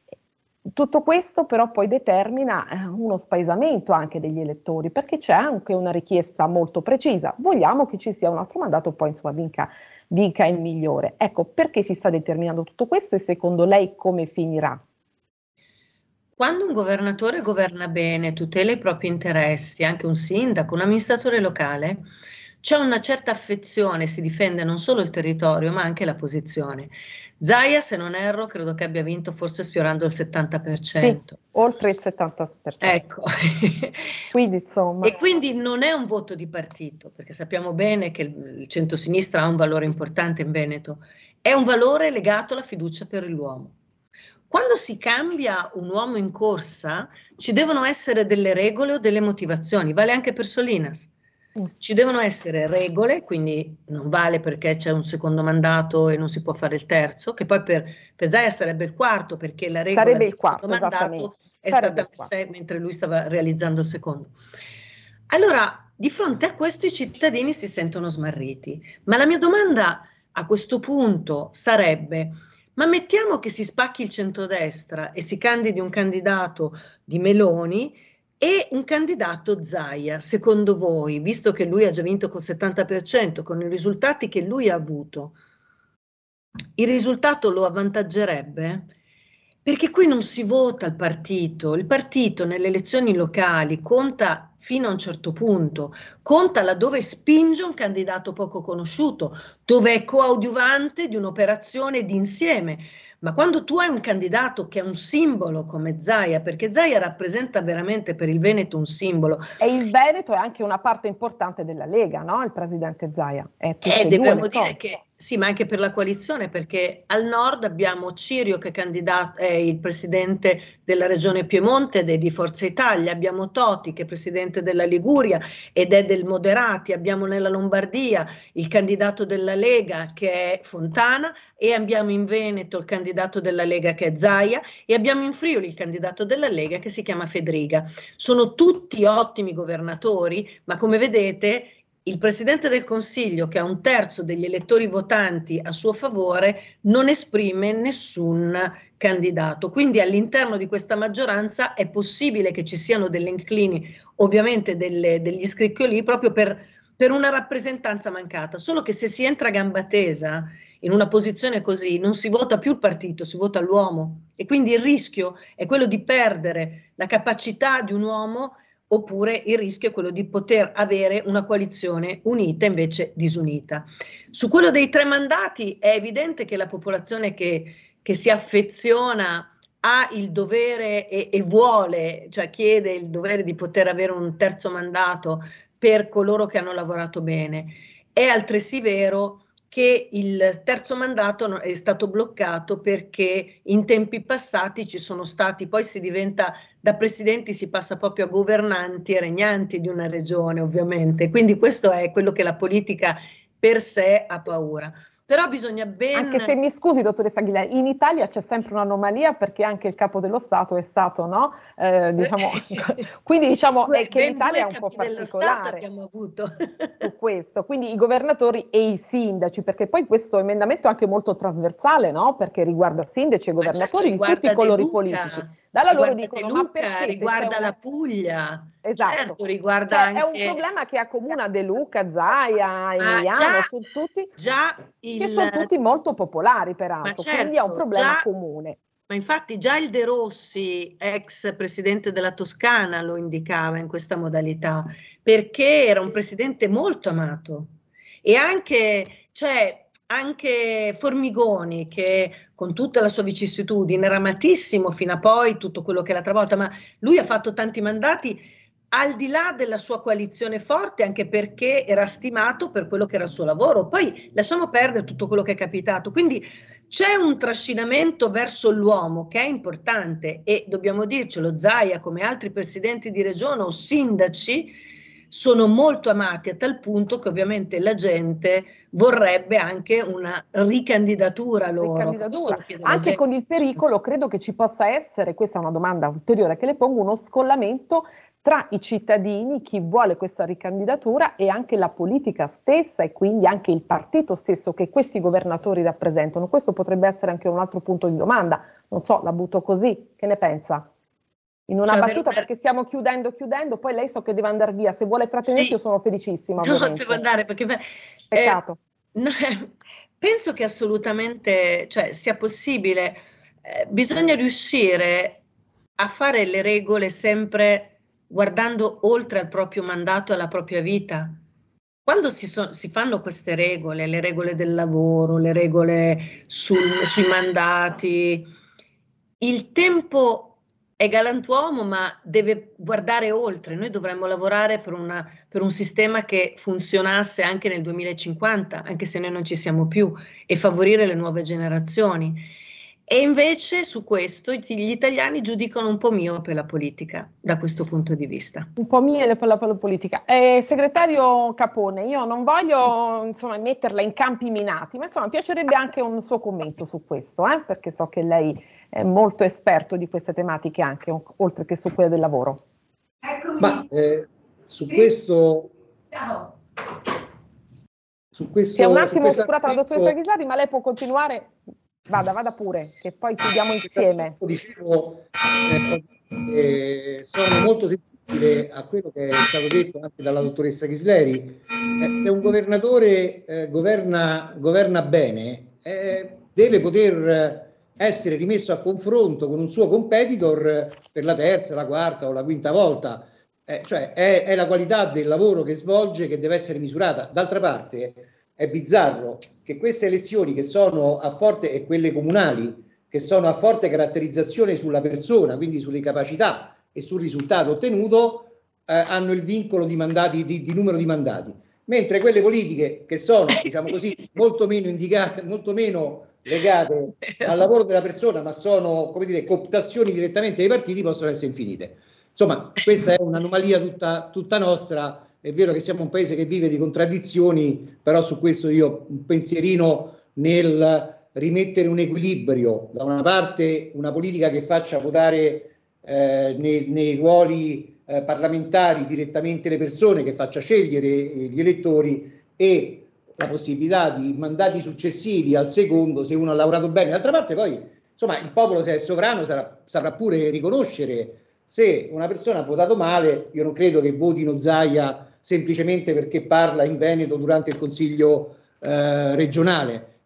Tutto questo però poi determina uno spaesamento anche degli elettori, perché c'è anche una richiesta molto precisa: vogliamo che ci sia un altro mandato, poi insomma vinca, vinca il migliore. Ecco, perché si sta determinando tutto questo e secondo lei come finirà? Quando un governatore governa bene, tutela i propri interessi, anche un sindaco, un amministratore locale, c'è una certa affezione, si difende non solo il territorio ma anche la posizione. Zaia, se non erro, credo che abbia vinto forse sfiorando il settanta per cento. Sì, oltre il settanta per cento. Ecco. Quindi, insomma. E quindi non è un voto di partito, perché sappiamo bene che il centrosinistra ha un valore importante in Veneto, è un valore legato alla fiducia per l'uomo. Quando si cambia un uomo in corsa, ci devono essere delle regole o delle motivazioni, vale anche per Solinas. Ci devono essere regole, quindi non vale perché c'è un secondo mandato e non si può fare il terzo, che poi per, per Zaia sarebbe il quarto, perché la regola sarebbe del il quarto, secondo mandato è sarebbe stata messa mentre lui stava realizzando il secondo. Allora, di fronte a questo i cittadini si sentono smarriti, ma la mia domanda a questo punto sarebbe: ma mettiamo che si spacchi il centrodestra e si candidi un candidato di Meloni e un candidato Zaia, secondo voi, visto che lui ha già vinto col settanta per cento, con i risultati che lui ha avuto, il risultato lo avvantaggerebbe? Perché qui non si vota il partito, il partito nelle elezioni locali conta fino a un certo punto, conta laddove spinge un candidato poco conosciuto, dove è coadiuvante di un'operazione d'insieme. Ma quando tu hai un candidato che è un simbolo come Zaia, perché Zaia rappresenta veramente per il Veneto un simbolo. E il Veneto è anche una parte importante della Lega, no? Il presidente Zaia. È eh, dobbiamo dire che sì, ma anche per la coalizione, perché al nord abbiamo Cirio che è, candidato, è il presidente della regione Piemonte ed è di Forza Italia, abbiamo Toti che è presidente della Liguria ed è del Moderati, abbiamo nella Lombardia il candidato della Lega che è Fontana e abbiamo in Veneto il candidato della Lega che è Zaia e abbiamo in Friuli il candidato della Lega che si chiama Fedriga. Sono tutti ottimi governatori, ma come vedete il Presidente del Consiglio, che ha un terzo degli elettori votanti a suo favore, non esprime nessun candidato. Quindi all'interno di questa maggioranza è possibile che ci siano delle inclini, ovviamente delle, degli scricchiolii, proprio per, per una rappresentanza mancata. Solo che se si entra a gamba tesa, in una posizione così non si vota più il partito, si vota l'uomo, e quindi il rischio è quello di perdere la capacità di un uomo, oppure il rischio è quello di poter avere una coalizione unita invece disunita. Su quello dei tre mandati è evidente che la popolazione che, che si affeziona ha il dovere e, e vuole, cioè chiede il dovere di poter avere un terzo mandato per coloro che hanno lavorato bene. È altresì vero che il terzo mandato è stato bloccato perché in tempi passati ci sono stati, poi si diventa, da presidenti si passa proprio a governanti e regnanti di una regione, ovviamente, quindi questo è quello che la politica per sé ha paura. Però bisogna ben... Anche se mi scusi, dottoressa Ghileri, in Italia c'è sempre un'anomalia perché anche il capo dello Stato è stato, no? Eh, diciamo, quindi diciamo è che l'Italia è un po' particolare abbiamo avuto. su questo, quindi i governatori e i sindaci, perché poi questo emendamento è anche molto trasversale, no? Perché riguarda sindaci e governatori certo, di tutti i colori De Luca, politici. Dalla loro dicono, Luca, ma perché riguarda una... la Puglia, esatto. Certo, riguarda cioè, anche... è un problema che accomuna De Luca, Zaia, Emiliano, già, sono tutti, già il... che sono tutti molto popolari peraltro, certo, quindi è un problema già... comune. Ma infatti già il De Rossi, ex presidente della Toscana, lo indicava in questa modalità, perché era un presidente molto amato. E anche, cioè, anche Formigoni, che con tutta la sua vicissitudine era amatissimo fino a poi tutto quello che l'ha travolta, ma lui ha fatto tanti mandati al di là della sua coalizione forte, anche perché era stimato per quello che era il suo lavoro. Poi lasciamo perdere tutto quello che è capitato. Quindi c'è un trascinamento verso l'uomo che è importante, e dobbiamo dircelo, Zaia come altri presidenti di regione o sindaci sono molto amati, a tal punto che ovviamente la gente vorrebbe anche una ricandidatura loro. Ricandidatura. Anche gente. Con il pericolo, credo che ci possa essere, questa è una domanda ulteriore che le pongo, uno scollamento tra i cittadini, chi vuole questa ricandidatura, e anche la politica stessa, e quindi anche il partito stesso che questi governatori rappresentano. Questo potrebbe essere anche un altro punto di domanda. Non so, la butto così, che ne pensa? In una cioè, battuta, per... perché stiamo chiudendo, chiudendo, poi lei so che deve andare via, se vuole trattenersi sì. Io sono felicissima. Ovviamente. No, devo andare perché... Peccato. Eh, no, penso che assolutamente, cioè, sia possibile, eh, bisogna riuscire a fare le regole sempre guardando oltre al proprio mandato e alla propria vita. Quando si, so, si fanno queste regole, le regole del lavoro, le regole sul, sui mandati, il tempo è galantuomo, ma deve guardare oltre. Noi dovremmo lavorare per, una, per un sistema che funzionasse anche nel duemilacinquanta, anche se noi non ci siamo più, e favorire le nuove generazioni. E invece su questo gli italiani giudicano un po' miope la politica, da questo punto di vista. Un po' miope la, la politica. Eh, segretario Capone, io non voglio insomma, metterla in campi minati, ma insomma, mi piacerebbe anche un suo commento su questo, eh, perché so che lei è molto esperto di queste tematiche anche, oltre che su quelle del lavoro. Eccomi. Ma eh, su questo... Ciao. Su questo, si è un attimo oscurata argomento... la dottoressa Ghislari, ma lei può continuare... Vada, vada pure, che poi chiudiamo insieme. Dicevo, eh, eh, sono molto sensibile a quello che è stato detto anche dalla dottoressa Ghisleri. Eh, se un governatore eh, governa, governa bene, eh, deve poter essere rimesso a confronto con un suo competitor per la terza, la quarta o la quinta volta. Eh, cioè è, è la qualità del lavoro che svolge che deve essere misurata. D'altra parte, è bizzarro che queste elezioni che sono a forte, e quelle comunali, che sono a forte caratterizzazione sulla persona, quindi sulle capacità e sul risultato ottenuto, eh, hanno il vincolo di mandati, di, di numero di mandati, mentre quelle politiche che sono, diciamo così, molto meno indicate, molto meno legate al lavoro della persona, ma sono, come dire, cooptazioni direttamente dei partiti, possono essere infinite. Insomma, questa è un'anomalia tutta, tutta nostra. È vero che siamo un paese che vive di contraddizioni, però su questo io un pensierino nel rimettere un equilibrio, da una parte una politica che faccia votare eh, nei, nei ruoli eh, parlamentari direttamente le persone, che faccia scegliere eh, gli elettori, e la possibilità di mandati successivi al secondo se uno ha lavorato bene. D'altra parte poi, insomma, il popolo, se è sovrano, sarà, saprà pure riconoscere se una persona ha votato male. Io non credo che votino Zaia semplicemente perché parla in Veneto durante il Consiglio eh, regionale.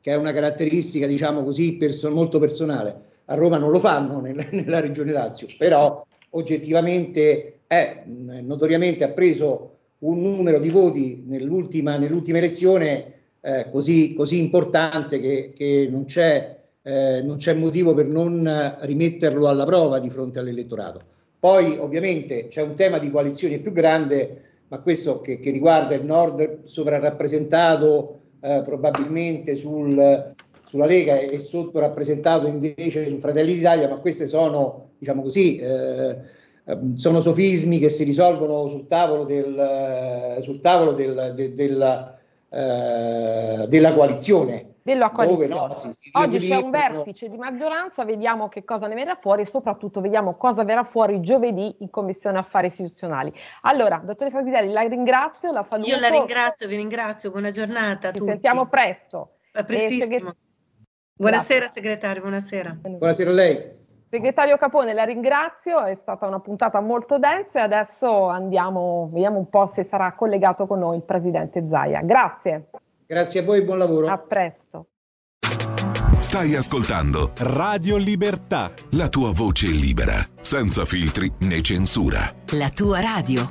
che è una caratteristica, diciamo così, perso- molto personale. A Roma non lo fanno nel, nella regione Lazio, però oggettivamente è, notoriamente ha preso un numero di voti nell'ultima, nell'ultima elezione eh, così, così importante che, che non c'è, eh, non c'è motivo per non rimetterlo alla prova di fronte all'elettorato. Poi ovviamente c'è un tema di coalizione più grande, ma questo che, che riguarda il nord sovrarappresentato eh, probabilmente sul, sulla Lega e sottorappresentato invece su Fratelli d'Italia, ma queste sono, diciamo così, eh, sono sofismi che si risolvono sul tavolo del, sul tavolo del, de, della, eh, della coalizione. Della coalizione. Dove, no, si, si Oggi c'è un vertice di maggioranza, vediamo che cosa ne verrà fuori e soprattutto vediamo cosa verrà fuori giovedì in Commissione Affari Istituzionali. Allora, dottoressa Ghiselli, la ringrazio, la saluto. Io la ringrazio, vi ringrazio, buona giornata a Ci tutti. sentiamo presto. A prestissimo. Segret- buonasera Grazie. Segretario, buonasera. Buonasera a lei. Segretario Capone, la ringrazio, è stata una puntata molto densa e adesso andiamo, vediamo un po' se sarà collegato con noi il Presidente Zaia. Grazie. Grazie a voi, buon lavoro. A presto. Stai ascoltando Radio Libertà, la tua voce libera, senza filtri né censura. La tua radio.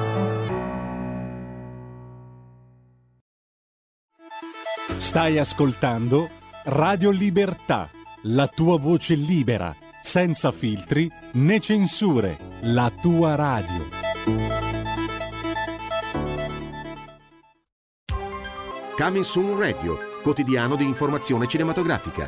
Stai ascoltando Radio Libertà, la tua voce libera, senza filtri né censure. La tua radio. Coming Soon Radio, quotidiano di informazione cinematografica.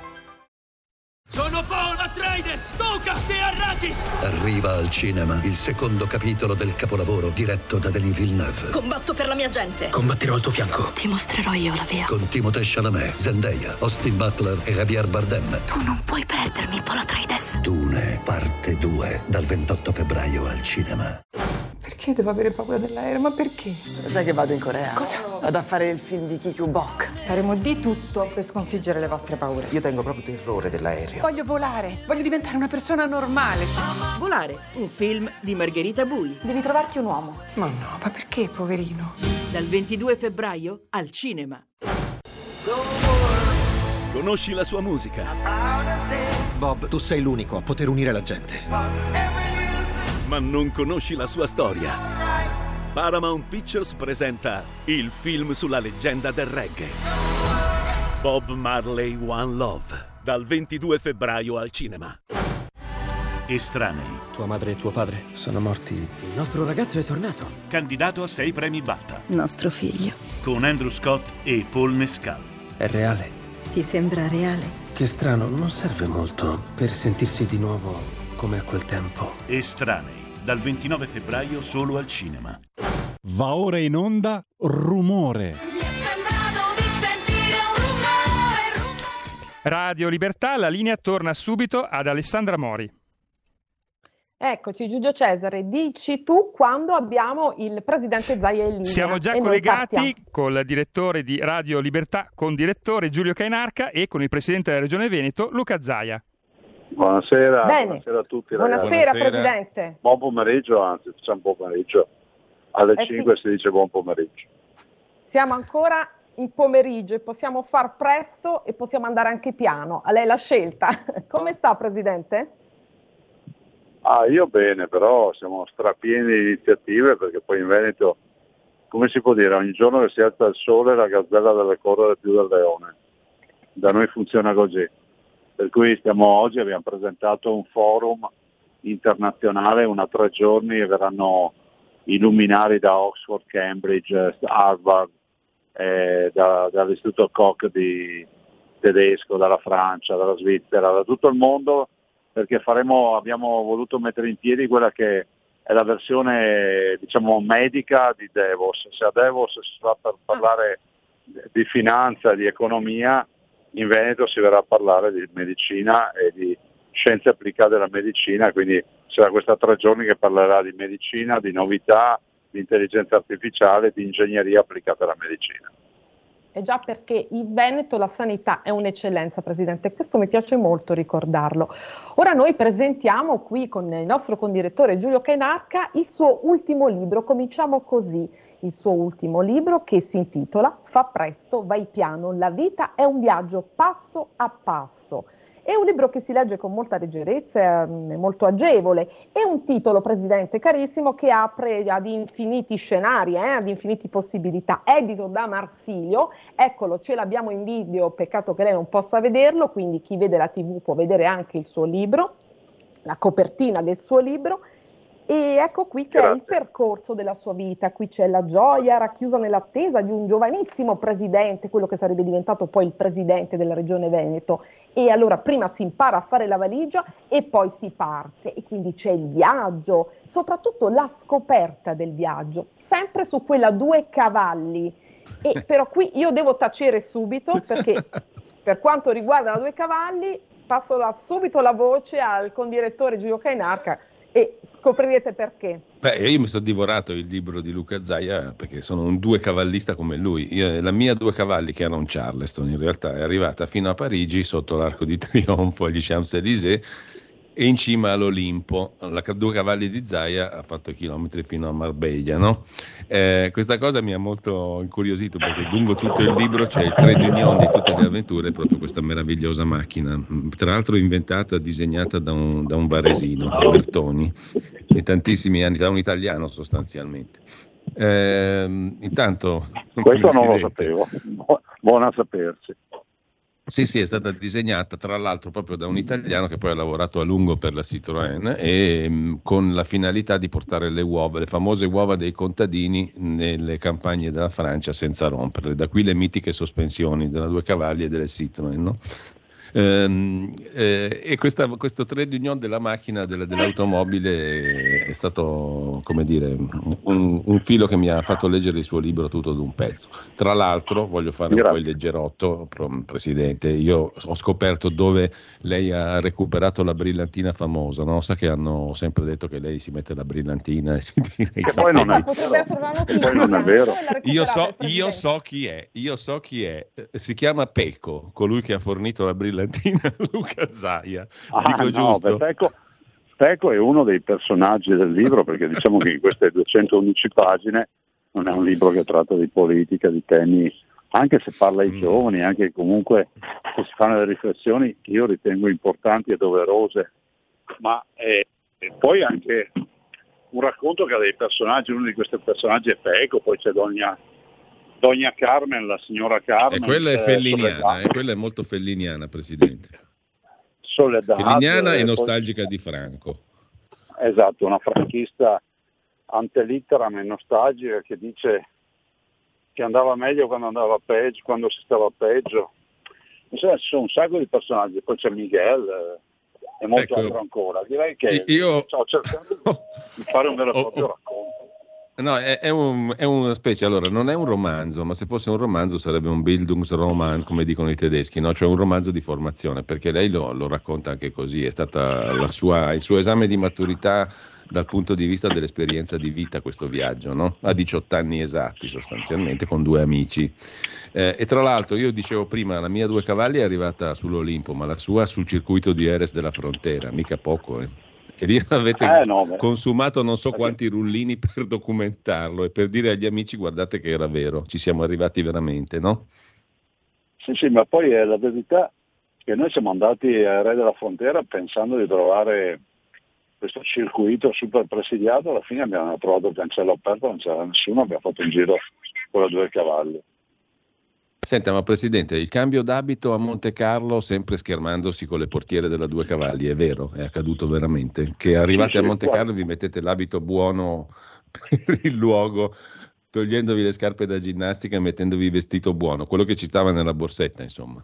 Sono Paul Atreides, tocca te Arrakis! Arriva al cinema il secondo capitolo del capolavoro diretto da Denis Villeneuve. Combatto per la mia gente. Combatterò al tuo fianco. Ti mostrerò io la via. Con Timothée Chalamet, Zendaya, Austin Butler e Javier Bardem. Tu non puoi perdermi, Paul Atreides. Dune, parte due, dal ventotto febbraio al cinema. Perché devo avere paura dell'aereo? Ma perché? Sai che vado in Corea? Cosa? Vado a fare il film di Kikyu Bok. Faremo di tutto per sconfiggere le vostre paure. Io tengo proprio terrore dell'aereo. Voglio volare, voglio diventare una persona normale. Volare, un film di Margherita Bui. Devi trovarti un uomo. Ma no, ma perché, poverino? Dal ventidue febbraio al cinema. Conosci la sua musica? Bob, tu sei l'unico a poter unire la gente. Ma non conosci la sua storia. Paramount Pictures presenta il film sulla leggenda del reggae. Bob Marley One Love, dal ventidue febbraio al cinema. Estranei. Tua madre e tuo padre sono morti. Il nostro ragazzo è tornato. Candidato a sei premi BAFTA. Nostro figlio. Con Andrew Scott e Paul Mescal. È reale. Ti sembra reale? Che strano, non serve molto per sentirsi di nuovo come a quel tempo. Estranei. Dal ventinove febbraio solo al cinema. Va ora in onda Rumore. Radio Libertà, la linea torna subito ad Alessandra Mori. Eccoci, Giulio Cesare, dici tu quando abbiamo il Presidente Zaia in linea. Siamo già collegati col direttore di Radio Libertà, con direttore Giulio Cainarca e con il Presidente della Regione Veneto, Luca Zaia. Buonasera, Bene. buonasera a tutti Buonasera, ragazzi. buonasera Presidente. Buon pomeriggio, anzi facciamo buon pomeriggio. Alle eh cinque sì. Si dice buon pomeriggio. Siamo ancora in pomeriggio e possiamo far presto e possiamo andare anche piano. A lei la scelta. Come sta Presidente? Ah, io bene, però siamo strapieni di iniziative perché poi in Veneto, come si può dire, ogni giorno che si alza il sole la gazzella deve correre più del leone. Da noi funziona così. Per cui stiamo oggi, abbiamo presentato un forum internazionale, una tre giorni, e verranno i luminari da Oxford, Cambridge, Harvard, eh, da, dall'Istituto Koch di tedesco, dalla Francia, dalla Svizzera, da tutto il mondo, perché faremo, abbiamo voluto mettere in piedi quella che è la versione, diciamo, medica di Davos. Se a Davos si va per parlare di finanza, di economia, in Veneto si verrà a parlare di medicina e di scienze applicate alla medicina, quindi sarà questa tre giorni che parlerà di medicina, di novità, di intelligenza artificiale, di ingegneria applicata alla medicina. È già perché in Veneto la sanità è un'eccellenza, Presidente, questo mi piace molto ricordarlo. Ora noi presentiamo qui con il nostro condirettore Giulio Cainarca il suo ultimo libro, cominciamo così, il suo ultimo libro che si intitola Fa presto, vai piano, la vita è un viaggio passo a passo. È un libro che si legge con molta leggerezza, è molto agevole. È un titolo, Presidente, carissimo, che apre ad infiniti scenari, eh, ad infinite possibilità. Edito da Marsilio, eccolo, ce l'abbiamo in video, peccato che lei non possa vederlo, quindi chi vede la tivù può vedere anche il suo libro, la copertina del suo libro. E ecco qui che Grazie. È il percorso della sua vita, qui c'è la gioia racchiusa nell'attesa di un giovanissimo presidente, quello che sarebbe diventato poi il presidente della regione Veneto, e allora prima si impara a fare la valigia e poi si parte, e quindi c'è il viaggio, soprattutto la scoperta del viaggio, sempre su quella due cavalli. E però qui io devo tacere subito, perché per quanto riguarda la due cavalli passo la, subito la voce al condirettore Giulio Cainarca, e scoprirete perché. Beh, io mi sono divorato il libro di Luca Zaia perché sono un due cavallista come lui. Io, la mia due cavalli, che era un Charleston, in realtà è arrivata fino a Parigi sotto l'Arco di Trionfo agli Champs-Élysées e in cima all'Olimpo. La due cavalli di Zaia ha fatto chilometri fino a Marbella, no? Eh, questa cosa mi ha molto incuriosito perché lungo tutto il libro c'è il trait d'union di tutte le avventure, proprio questa meravigliosa macchina, tra l'altro inventata, disegnata da un, da un varesino, Bertoni, e tantissimi anni, da un italiano sostanzialmente. Eh, intanto questo non lo sapevo, buona a sapersi. Sì, sì, è stata disegnata tra l'altro proprio da un italiano che poi ha lavorato a lungo per la Citroën e mh, con la finalità di portare le uova, le famose uova dei contadini nelle campagne della Francia senza romperle. Da qui le mitiche sospensioni della due cavalli e delle Citroën, no? Ehm, eh, e questa, questo trait d'union della macchina, della, dell'automobile è stato, come dire, un, un filo che mi ha fatto leggere il suo libro tutto d'un pezzo. Tra l'altro voglio fare Grazie. un po' il leggerotto, Presidente. Io ho scoperto dove lei ha recuperato la brillantina famosa, no? Sa che hanno sempre detto che lei si mette la brillantina e si tira i che poi non è, che poi non è vero. Io so, io so chi è, io so chi è, si chiama Peco, colui che ha fornito la brillantina Luca Zaia. Ah, Dico no, giusto? Peco, Peco è uno dei personaggi del libro, perché diciamo che in queste duecentoundici pagine non è un libro che tratta di politica, di temi, anche se parla ai mm. giovani, anche comunque se si fanno delle riflessioni che io ritengo importanti e doverose, ma è, e poi anche un racconto che ha dei personaggi, uno di questi personaggi è Peco, poi c'è Donna Donna Carmen, la signora Carmen. E quella è felliniana, eh, e quella è molto felliniana, Presidente. Soledad, felliniana e poi, nostalgica di Franco. Esatto, una franchista ante litteram e nostalgica che dice che andava meglio quando andava peggio, quando si stava peggio. Insomma, ci sono un sacco di personaggi, poi c'è Miguel eh, e molto ecco, altro ancora. Direi che io sto cercando di fare un vero e proprio racconto. No, è, è, un, è una specie, allora non è un romanzo, ma se fosse un romanzo sarebbe un Bildungsroman, come dicono i tedeschi, no? Cioè un romanzo di formazione, perché lei lo, lo racconta anche così, è stata la sua, il suo esame di maturità dal punto di vista dell'esperienza di vita, questo viaggio, no? A diciotto anni esatti sostanzialmente, con due amici. Eh, e tra l'altro io dicevo prima, la mia due cavalli è arrivata sull'Olimpo, ma la sua sul circuito di Jerez della Frontera, mica poco, eh. E lì avete eh, no, consumato non so quanti rullini per documentarlo e per dire agli amici guardate che era vero, ci siamo arrivati veramente, no? Sì, sì, ma poi è la verità che noi siamo andati a Re della Frontera pensando di trovare questo circuito super presidiato, alla fine abbiamo trovato il cancello aperto, non c'era nessuno, abbiamo fatto un giro con le due cavalli. Senta, ma Presidente, il cambio d'abito a Monte Carlo, sempre schermandosi con le portiere della Due Cavalli, è vero? È accaduto veramente? Che arrivate sì, sì, a Monte Carlo e vi mettete l'abito buono per il luogo, togliendovi le scarpe da ginnastica e mettendovi il vestito buono, quello che ci stava nella borsetta, insomma.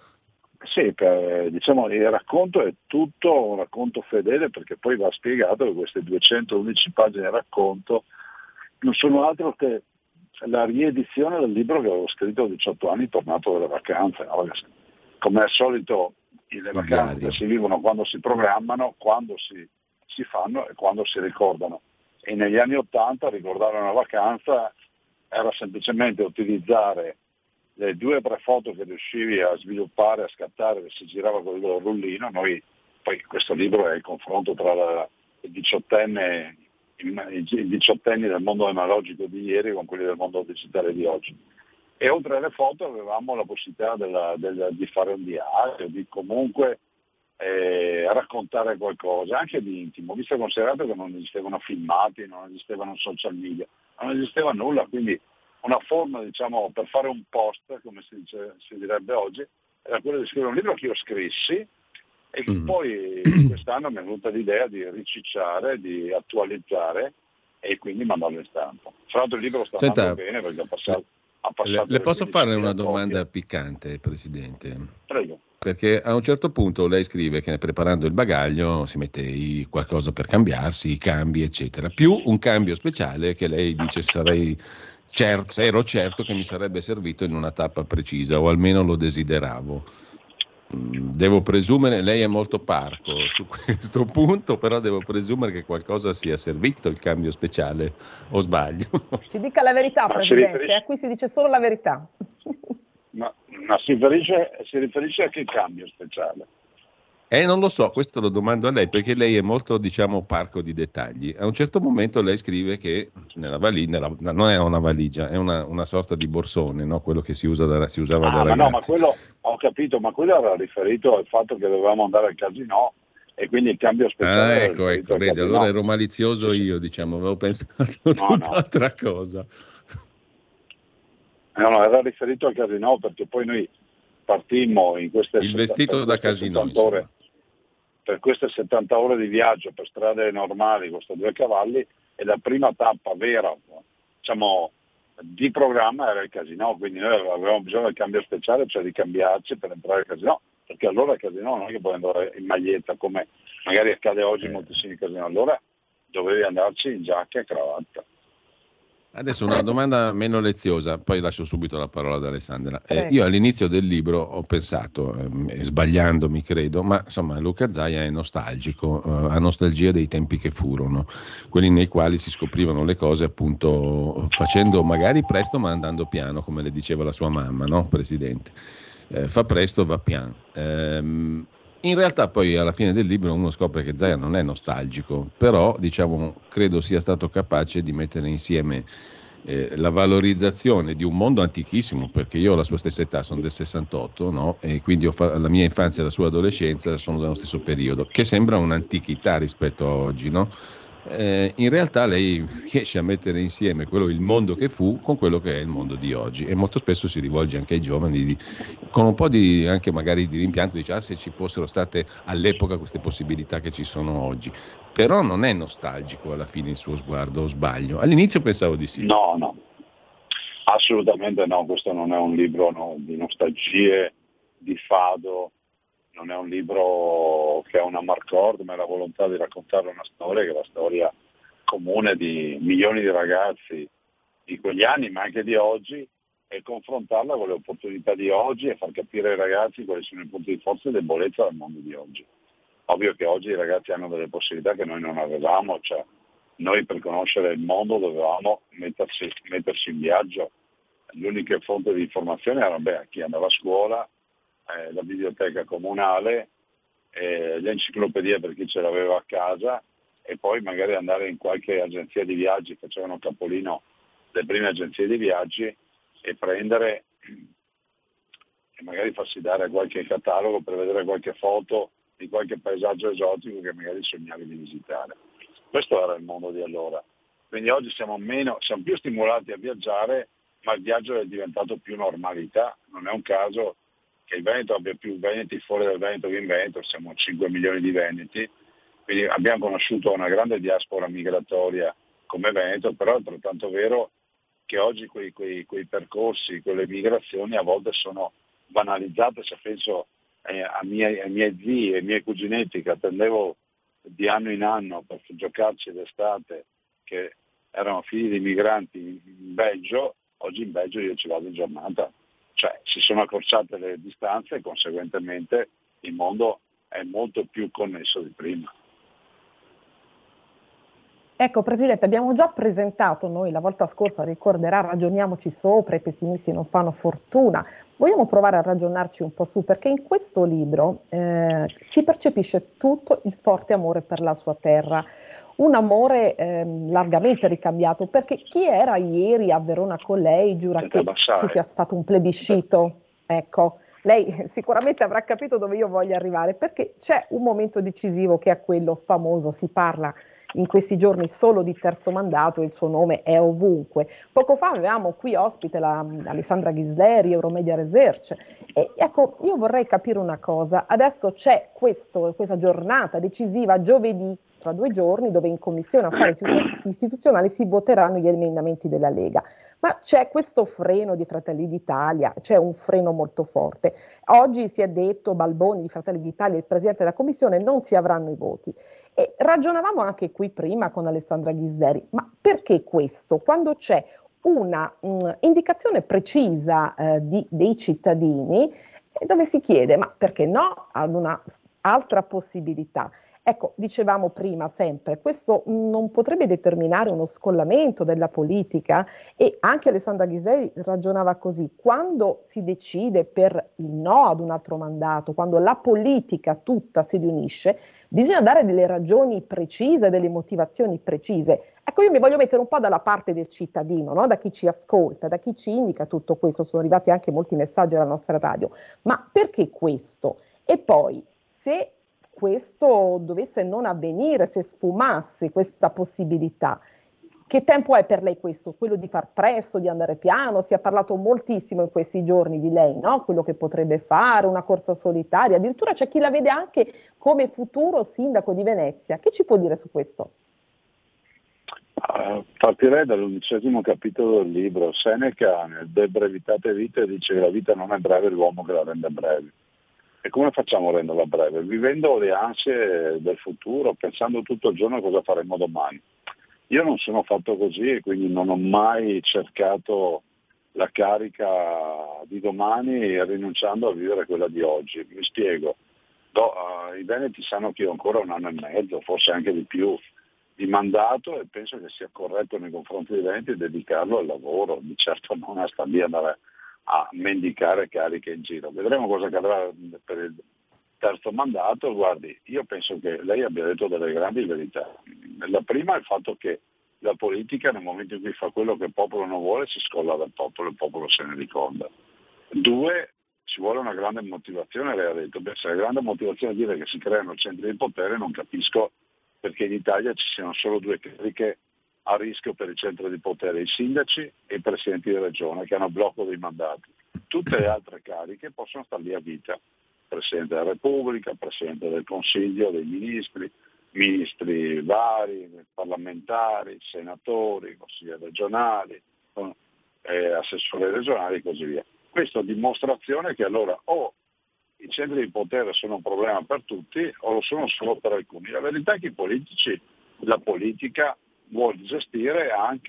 Sì, per, diciamo il racconto è tutto un racconto fedele, perché poi va spiegato che queste duecentoundici pagine di racconto non sono altro che la riedizione del libro che avevo scritto a diciotto anni tornato dalle vacanze, no? Come al solito le vacanze Diario. Si vivono quando si programmano, quando si, si fanno e quando si ricordano. E negli anni ottanta ricordare una vacanza era semplicemente utilizzare le due o tre foto che riuscivi a sviluppare, a scattare, si girava con il rullino, noi poi questo libro è il confronto tra la, il diciottenne, i diciottenni del mondo analogico di ieri con quelli del mondo digitale di oggi. E oltre alle foto avevamo la possibilità della, della, di fare un diario, di comunque eh, raccontare qualcosa, anche di intimo, visto e considerato che non esistevano filmati, non esistevano social media, non esisteva nulla, quindi una forma, diciamo, per fare un post, come si, dice, si direbbe oggi, era quella di scrivere un libro che io scrissi e mm. poi quest'anno mi è venuta l'idea di ricicciare, di attualizzare e quindi mandarlo in stampa. Tra l'altro il libro sta Senta, andando bene perché ha passato... ha passato le, le posso fare una domanda copie. piccante, Presidente? Prego. Perché a un certo punto lei scrive che preparando il bagaglio si mette i, qualcosa per cambiarsi, i cambi, eccetera. Più un cambio speciale che lei dice sarei certo, ero certo che mi sarebbe servito in una tappa precisa, o almeno lo desideravo. Devo presumere, lei è molto parco su questo punto, però devo presumere che qualcosa sia servito il cambio speciale, o sbaglio? Ci dica la verità, Ma Presidente, riferisce... a qui si dice solo la verità. Ma, ma si, riferisce, si riferisce a che cambio speciale? Eh, non lo so, questo lo domando a lei, perché lei è molto, diciamo, parco di dettagli. A un certo momento lei scrive che nella valigia, nella, non è una valigia, è una, una sorta di borsone, no? Quello che si, usa da, si usava ah, da ma ragazzi. No, ma quello, ho capito, ma quello era riferito al fatto che dovevamo andare al casino e quindi il cambio speciale... Ah, ecco, ecco, vedi, allora ero malizioso io, diciamo, avevo pensato a no, tutt'altra no. cosa. No, no, era riferito al casino perché poi noi partimmo in queste... Il vestito da casino, ore, per queste settanta ore di viaggio per strade normali con questi due cavalli, e la prima tappa vera, diciamo, di programma era il casino, quindi noi avevamo bisogno del cambio speciale, cioè di cambiarci per entrare al casino, perché allora il casino non è che puoi andare in maglietta come magari accade oggi in moltissimi casino, allora dovevi andarci in giacca e cravatta. Adesso una domanda meno leziosa, poi lascio subito la parola ad Alessandra. Eh, io all'inizio del libro ho pensato, eh, sbagliandomi credo, ma insomma Luca Zaia è nostalgico, eh, ha nostalgia dei tempi che furono, quelli nei quali si scoprivano le cose appunto facendo magari presto ma andando piano, come le diceva la sua mamma, no Presidente? Eh, fa presto, va piano. Ehm, In realtà poi alla fine del libro uno scopre che Zaia non è nostalgico, però diciamo credo sia stato capace di mettere insieme eh, la valorizzazione di un mondo antichissimo, perché io ho la sua stessa età, sono del sessantotto, no? E quindi ho fa- la mia infanzia e la sua adolescenza sono dello stesso periodo, che sembra un'antichità rispetto a oggi, no? Eh, in realtà lei riesce a mettere insieme quello, il mondo che fu con quello che è il mondo di oggi, e molto spesso si rivolge anche ai giovani di, con un po' di anche magari di rimpianto, dice ah, se ci fossero state all'epoca queste possibilità che ci sono oggi, però non è nostalgico alla fine il suo sguardo, o sbaglio? All'inizio pensavo di sì. No, no, assolutamente no, questo non è un libro no, di nostalgie, di fado, non è un libro che ha una marcord, ma è la volontà di raccontare una storia che è la storia comune di milioni di ragazzi di quegli anni, ma anche di oggi, e confrontarla con le opportunità di oggi e far capire ai ragazzi quali sono i punti di forza e debolezza del mondo di oggi. Ovvio che oggi i ragazzi hanno delle possibilità che noi non avevamo, cioè noi per conoscere il mondo dovevamo mettersi, mettersi in viaggio. L'unica fonte di informazione era beh, chi andava a scuola, Eh, la biblioteca comunale, eh, l'enciclopedia per chi ce l'aveva a casa, e poi magari andare in qualche agenzia di viaggi, facevano capolino le prime agenzie di viaggi, e prendere e magari farsi dare qualche catalogo per vedere qualche foto di qualche paesaggio esotico che magari sognavi di visitare. Questo era il mondo di allora. Quindi oggi siamo meno, siamo più stimolati a viaggiare, ma il viaggio è diventato più normalità. Non è un caso che il Veneto abbia più veneti fuori dal Veneto che in Veneto, siamo cinque milioni di veneti, quindi abbiamo conosciuto una grande diaspora migratoria come Veneto, però è altrettanto vero che oggi quei, quei, quei percorsi, quelle migrazioni a volte sono banalizzate. Se penso eh, a miei, ai miei zii e ai miei cuginetti che attendevo di anno in anno per giocarci d'estate, che erano figli di migranti in Belgio, oggi in Belgio io ci vado in giornata. Cioè si sono accorciate le distanze e conseguentemente il mondo è molto più connesso di prima. Ecco, Presidente, abbiamo già presentato noi la volta scorsa, ricorderà, ragioniamoci sopra, i pessimisti non fanno fortuna. Vogliamo provare a ragionarci un po' su, perché in questo libro eh, si percepisce tutto il forte amore per la sua terra, un amore eh, largamente ricambiato, perché chi era ieri a Verona con lei giura che ci sia stato un plebiscito, ecco. Lei sicuramente avrà capito dove io voglio arrivare, perché c'è un momento decisivo che è quello famoso, si parla in questi giorni solo di terzo mandato, il suo nome è ovunque. Poco fa avevamo qui ospite la Alessandra Ghisleri, Euromedia Research, e ecco, io vorrei capire una cosa, adesso c'è questo, questa giornata decisiva giovedì, tra due giorni, dove in Commissione Affari Istituzionali si voteranno gli emendamenti della Lega, ma c'è questo freno di Fratelli d'Italia, c'è un freno molto forte. Oggi si è detto, Balboni di Fratelli d'Italia, il Presidente della Commissione, non si avranno i voti. E ragionavamo anche qui prima con Alessandra Ghisleri, ma perché questo? Quando c'è una mh, indicazione precisa eh, di, dei cittadini, dove si chiede, ma perché no, ad una altra possibilità? Ecco, dicevamo prima sempre, questo non potrebbe determinare uno scollamento della politica, e anche Alessandra Ghisleri ragionava così: quando si decide per il no ad un altro mandato, quando la politica tutta si riunisce, bisogna dare delle ragioni precise, delle motivazioni precise. Ecco, io mi voglio mettere un po' dalla parte del cittadino, no? Da chi ci ascolta, da chi ci indica tutto questo. Sono arrivati anche molti messaggi alla nostra radio, ma perché questo? E poi, se questo dovesse non avvenire, se sfumasse questa possibilità, che tempo è per lei questo? Quello di far presto, di andare piano? Si è parlato moltissimo in questi giorni di lei, no? Quello che potrebbe fare, una corsa solitaria, addirittura c'è chi la vede anche come futuro sindaco di Venezia. Che ci può dire su questo? Uh, partirei dall'undicesimo capitolo del libro. Seneca, nel De brevitate vitae, dice che la vita non è breve, l'uomo che la rende breve. E come facciamo a renderla breve? Vivendo le ansie del futuro, pensando tutto il giorno a cosa faremo domani. Io non sono fatto così e quindi non ho mai cercato la carica di domani rinunciando a vivere quella di oggi. Mi spiego. Do, uh, I veneti sanno che io ho ancora un anno e mezzo, forse anche di più, di mandato, e penso che sia corretto nei confronti dei veneti dedicarlo al lavoro, di certo non a star lì a andare a mendicare cariche in giro. Vedremo cosa accadrà per il terzo mandato. Guardi, io penso che lei abbia detto delle grandi verità. La prima è il fatto che la politica, nel momento in cui fa quello che il popolo non vuole, si scolla dal popolo, il popolo se ne ricorda. Due, ci vuole una grande motivazione. Lei ha detto, beh, se la grande motivazione è dire che si creano centri di potere, non capisco perché in Italia ci siano solo due cariche a rischio per il centro di potere, i sindaci e i presidenti di regione, che hanno blocco dei mandati. Tutte le altre cariche possono stare lì a vita: Presidente della Repubblica, Presidente del Consiglio, dei ministri, ministri vari, parlamentari, senatori, consiglieri regionali, eh, assessori regionali e così via. Questo è dimostrazione che allora o i centri di potere sono un problema per tutti o lo sono solo per alcuni. La verità è che i politici, la politica, vuol gestire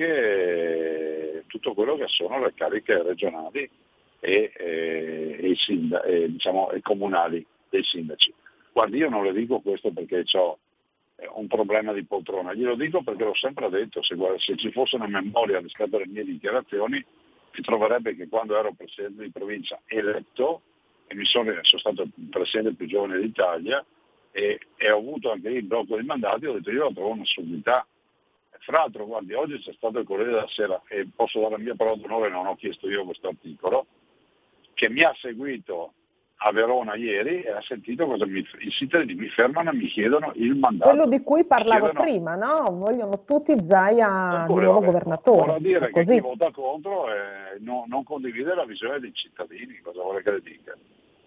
anche tutto quello che sono le cariche regionali e, e, e, sinda, e, diciamo, e comunali dei sindaci. Guardi, io non le dico questo perché ho un problema di poltrona, glielo dico perché l'ho sempre detto. Se, se ci fosse una memoria rispetto alle mie dichiarazioni, si troverebbe che quando ero presidente di provincia eletto, e mi sono, sono stato il presidente più giovane d'Italia, e, e ho avuto anche lì il blocco dei mandati, ho detto io la trovo un'assurdità. Fra l'altro, guardi, oggi c'è stato il Corriere della Sera, e posso dare la mia parola d'onore, non ho chiesto io questo articolo, che mi ha seguito a Verona ieri e ha sentito cosa mi, i cittadini mi fermano e mi chiedono il mandato. Quello di cui parlavo chiedono, prima, no? Vogliono tutti Zaia di nuovo governatore. Vuol dire così. Che chi vota contro eh, no, non condivide la visione dei cittadini, cosa vuole che le dica?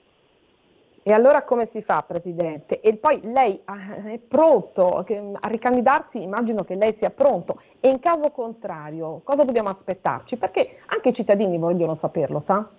E allora come si fa, Presidente? E poi lei è pronto a ricandidarsi? Immagino che lei sia pronto. E in caso contrario, cosa dobbiamo aspettarci? Perché anche i cittadini vogliono saperlo, sa?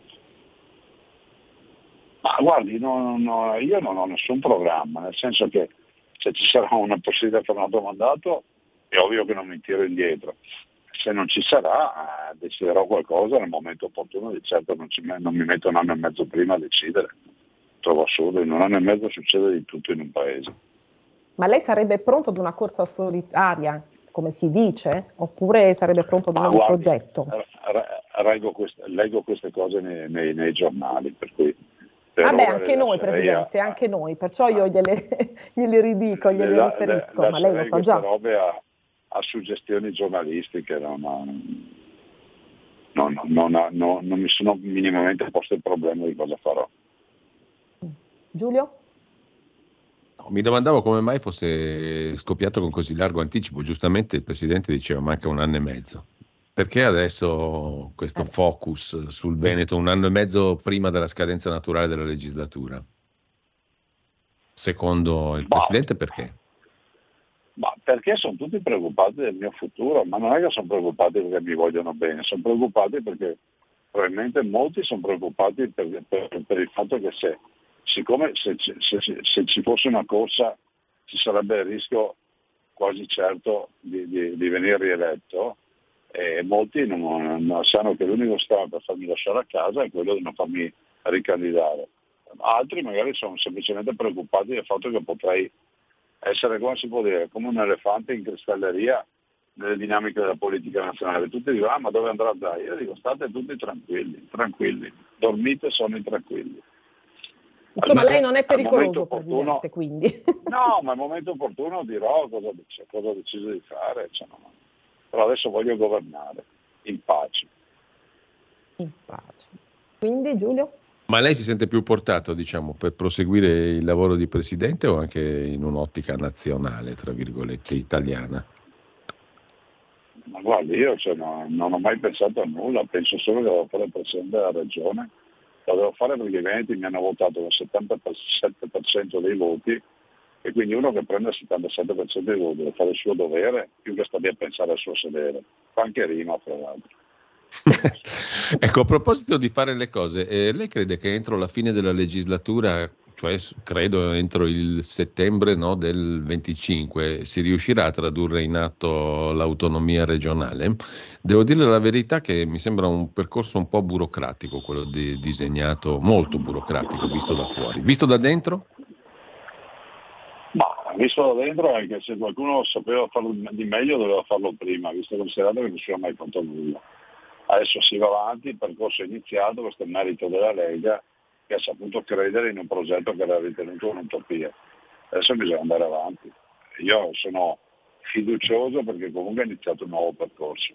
Ma guardi, no, no, io non ho nessun programma, nel senso che se ci sarà una possibilità per un altro mandato è ovvio che non mi tiro indietro. Se non ci sarà, eh, deciderò qualcosa nel momento opportuno. Di certo non, ci, non mi metto un anno e mezzo prima a decidere. Trovo assurdo, in un anno e mezzo succede di tutto in un paese. Ma lei sarebbe pronto ad una corsa solitaria come si dice, oppure sarebbe pronto ad un Ah, nuovo guardi, progetto? re- reggo queste- leggo queste cose nei, nei- nei giornali, per cui per Vabbè, ora anche le noi, lascerei Presidente, a- anche noi, perciò io gliele, gliele ridico, gliele le- riferisco, le- ma lei lo lascerei sa queste già. robe a, a suggestioni giornalistiche, non, non, non, non, non- non- non mi sono minimamente posto il problema di cosa farò. Giulio? Mi domandavo come mai fosse scoppiato con così largo anticipo. Giustamente il Presidente diceva manca un anno e mezzo. Perché adesso questo focus sul Veneto un anno e mezzo prima della scadenza naturale della legislatura? Secondo il Presidente perché? Ma perché sono tutti preoccupati del mio futuro, ma non è che sono preoccupati perché mi vogliono bene, sono preoccupati perché probabilmente molti sono preoccupati per, per- per il fatto che se, siccome se, se- se- se ci fosse una corsa ci sarebbe il rischio quasi certo di, di- di venire rieletto, e molti non, non sanno che l'unico strada per farmi lasciare a casa è quello di non farmi ricandidare. Altri magari sono semplicemente preoccupati del fatto che potrei essere, come si può dire, come un elefante in cristalleria nelle dinamiche della politica nazionale. Tutti dicono, ah, ma dove andrà Zaia? Io dico, state tutti tranquilli, tranquilli, dormite, sono tranquilli. Insomma, Al- lei non è al momento pericoloso, opportuno- Presidente, quindi. No, ma al momento opportuno dirò cosa, cosa ho deciso di fare, cioè, no. Però adesso voglio governare in pace. In pace. Quindi, Giulio? Ma lei si sente più portato, diciamo, per proseguire il lavoro di Presidente o anche in un'ottica nazionale, tra virgolette, italiana? Ma guardi, io cioè, no- non ho mai pensato a nulla, penso solo che devo fare il Presidente della Regione. Lo devo fare perché i Veneti mi hanno votato con il settantasette per cento dei voti, e quindi uno che prende il settantasette per cento dei voti deve fare il suo dovere, più che sta lì a pensare al suo sedere. Fa anche rima, fra l'altro. Ecco, a proposito di fare le cose, eh, lei crede che entro la fine della legislatura, cioè s- credo entro il settembre, no, del venticinque, si riuscirà a tradurre in atto l'autonomia regionale? Devo dire la verità che mi sembra un percorso un po' burocratico quello di- disegnato, molto burocratico visto da fuori. Visto da dentro? Ma visto da dentro è che se qualcuno sapeva farlo di meglio doveva farlo prima, visto e considerato che nessuno ha mai fatto nulla. Adesso si va avanti, il percorso è iniziato, questo è il merito della Lega, che ha saputo credere in un progetto che era ritenuto un'utopia. Adesso bisogna andare avanti. Io sono fiducioso perché comunque è iniziato un nuovo percorso.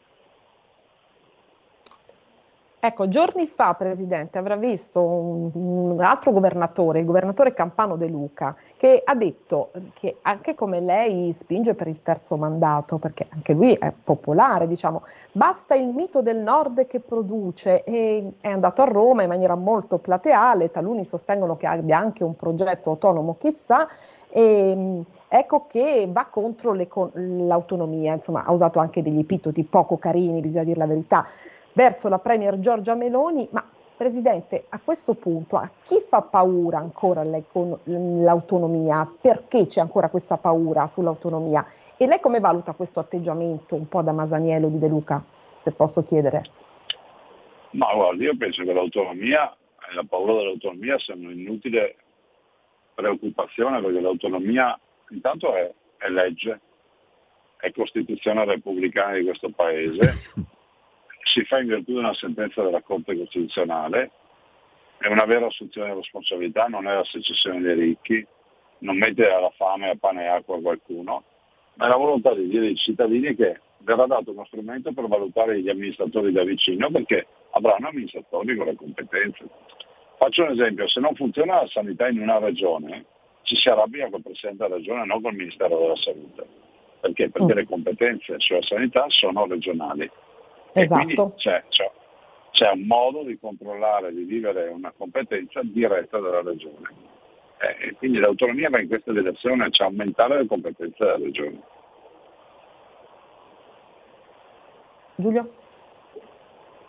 Ecco, giorni fa, Presidente, avrà visto un, un altro governatore, il governatore Campano De Luca, che ha detto che anche come lei spinge per il terzo mandato, perché anche lui è popolare, diciamo, basta il mito del nord che produce, e è andato a Roma in maniera molto plateale, taluni sostengono che abbia anche un progetto autonomo, chissà, e ecco che va contro l'eco- l'autonomia, insomma ha usato anche degli epiteti poco carini, bisogna dire la verità, verso la Premier Giorgia Meloni. Ma Presidente, a questo punto a chi fa paura ancora lei con l'autonomia? Perché c'è ancora questa paura sull'autonomia? E lei come valuta questo atteggiamento un po' da Masaniello di De Luca, se posso chiedere? Ma guarda, io penso che l'autonomia e la paura dell'autonomia siano inutile preoccupazione, perché l'autonomia intanto è, è legge, è Costituzione repubblicana di questo Paese, si fa in virtù di una sentenza della Corte Costituzionale, è una vera assunzione di responsabilità, non è la secessione dei ricchi, non mette alla fame, a pane e acqua a qualcuno, ma è la volontà di dire ai cittadini che verrà dato uno strumento per valutare gli amministratori da vicino, perché avranno amministratori con le competenze. Faccio un esempio, se non funziona la sanità in una regione, ci si arrabbia col Presidente della Regione, non col Ministero della Salute. Perché? Perché le competenze sulla sanità sono regionali. E Esatto. quindi c'è, c'è, c'è un modo di controllare, di vivere una competenza diretta dalla regione. Eh, e quindi l'autonomia va in questa direzione, cioè aumentare le competenze della regione. Giulio?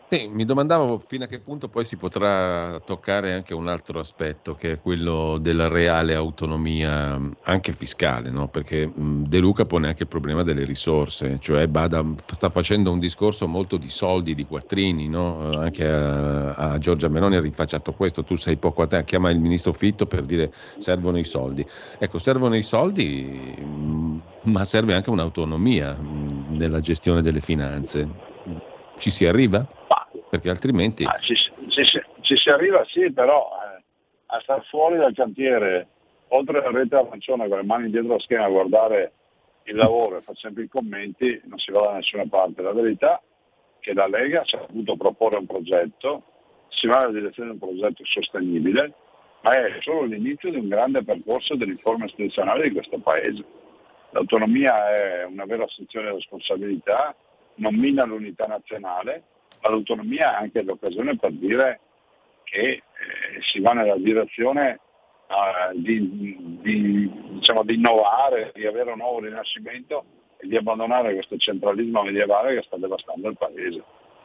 Sì, mi domandavo fino a che punto poi si potrà toccare anche un altro aspetto, che è quello della reale autonomia anche fiscale, no? Perché mh, De Luca pone anche il problema delle risorse, cioè bada, sta facendo un discorso molto di soldi, di quattrini, no? Anche a, a Giorgia Meloni ha rinfacciato questo: tu sei poco a te, chiama il ministro Fitto per dire servono i soldi. Ecco, servono i soldi, mh, ma serve anche un'autonomia mh, nella gestione delle finanze. Ci si arriva? Perché altrimenti... Ah, ci, ci, ci si arriva sì, però eh, a star fuori dal cantiere, oltre alla rete arancione con le mani dietro la schiena a guardare il lavoro e fare sempre i commenti, non si va da nessuna parte. La verità è che la Lega ci ha potuto proporre un progetto, si va nella direzione di un progetto sostenibile, ma è solo l'inizio di un grande percorso di riforma istituzionale di questo Paese. L'autonomia è una vera assunzione di responsabilità, non mina l'unità nazionale, ma l'autonomia è anche l'occasione per dire che eh, si va nella direzione uh, di, di, diciamo, di innovare, di avere un nuovo rinascimento e di abbandonare questo centralismo medievale che sta devastando il Paese.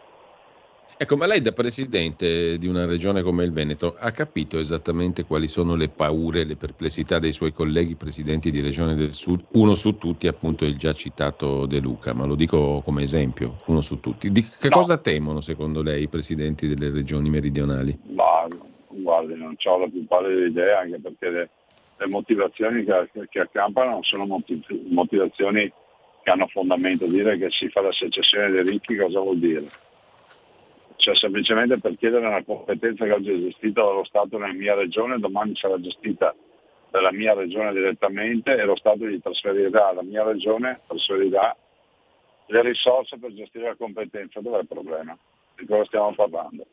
Ecco, ma lei da presidente di una regione come il Veneto ha capito esattamente quali sono le paure, le perplessità dei suoi colleghi presidenti di regione del sud? Uno su tutti appunto il già citato De Luca, ma lo dico come esempio, uno su tutti. Di che no. cosa temono secondo lei i presidenti delle regioni meridionali? Ma guardi, non ho la più pallida idea, anche perché le, le motivazioni che, che accampano non sono motiv- motivazioni che hanno fondamento. Dire che si fa la secessione dei ricchi cosa vuol dire? Cioè semplicemente per chiedere una competenza che oggi è gestita dallo Stato nella mia regione, domani sarà gestita dalla mia regione direttamente e lo Stato gli trasferirà alla mia regione, trasferirà le risorse per gestire la competenza. Dov'è il problema? Di cosa stiamo parlando?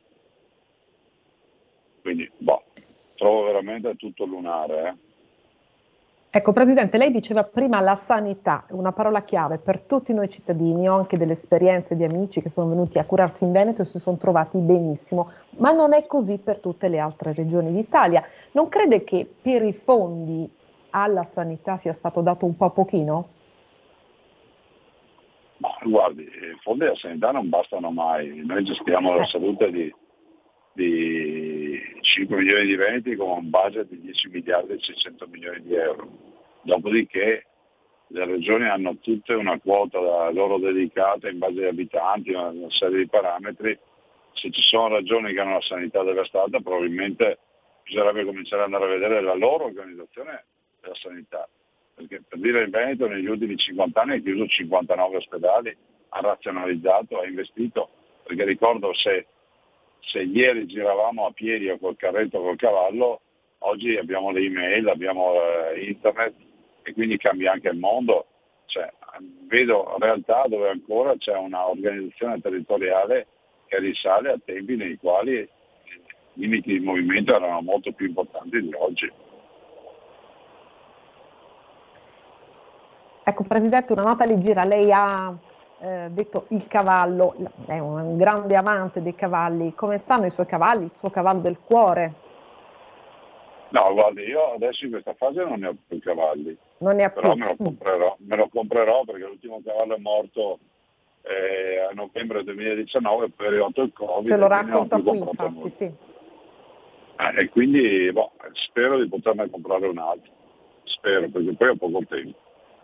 Quindi, boh, trovo veramente tutto lunare, eh. Ecco, Presidente, lei diceva prima la sanità, una parola chiave per tutti noi cittadini. Ho anche delle esperienze di amici che sono venuti a curarsi in Veneto e si sono trovati benissimo, ma non è così per tutte le altre regioni d'Italia. Non crede che per i fondi alla sanità sia stato dato un po' pochino? Ma guardi, i fondi alla sanità non bastano mai. Noi gestiamo la salute di, di cinque milioni di veneti con un budget di dieci miliardi e seicento milioni di euro. Dopodiché le regioni hanno tutte una quota da loro dedicata in base agli abitanti, una, una serie di parametri. Se ci sono regioni che hanno la sanità devastata, probabilmente bisognerebbe cominciare ad andare a vedere la loro organizzazione della sanità. Perché per dire il Veneto negli ultimi cinquanta anni ha chiuso cinquantanove ospedali, ha razionalizzato, ha investito. Perché ricordo se Se ieri giravamo a piedi o col carretto o col cavallo, oggi abbiamo le email, abbiamo eh, internet e quindi cambia anche il mondo. Cioè, vedo realtà dove ancora c'è una organizzazione territoriale che risale a tempi nei quali i limiti di movimento erano molto più importanti di oggi. Ecco, Presidente, una nota leggera. Lei ha eh, detto il cavallo, è un grande amante dei cavalli. Come stanno i suoi cavalli, il suo cavallo del cuore? No, guardi, io adesso in questa fase non ne ho più cavalli. Non ne ha però più. me lo comprerò, me lo comprerò perché l'ultimo cavallo è morto eh, a novembre duemiladiciannove, poi è arrivato il Covid. Ce lo e quindi non ho racconto più qui, comprato infatti, molto. sì. Eh, e quindi boh, spero di poterne comprare un altro. Spero, perché poi ho poco tempo.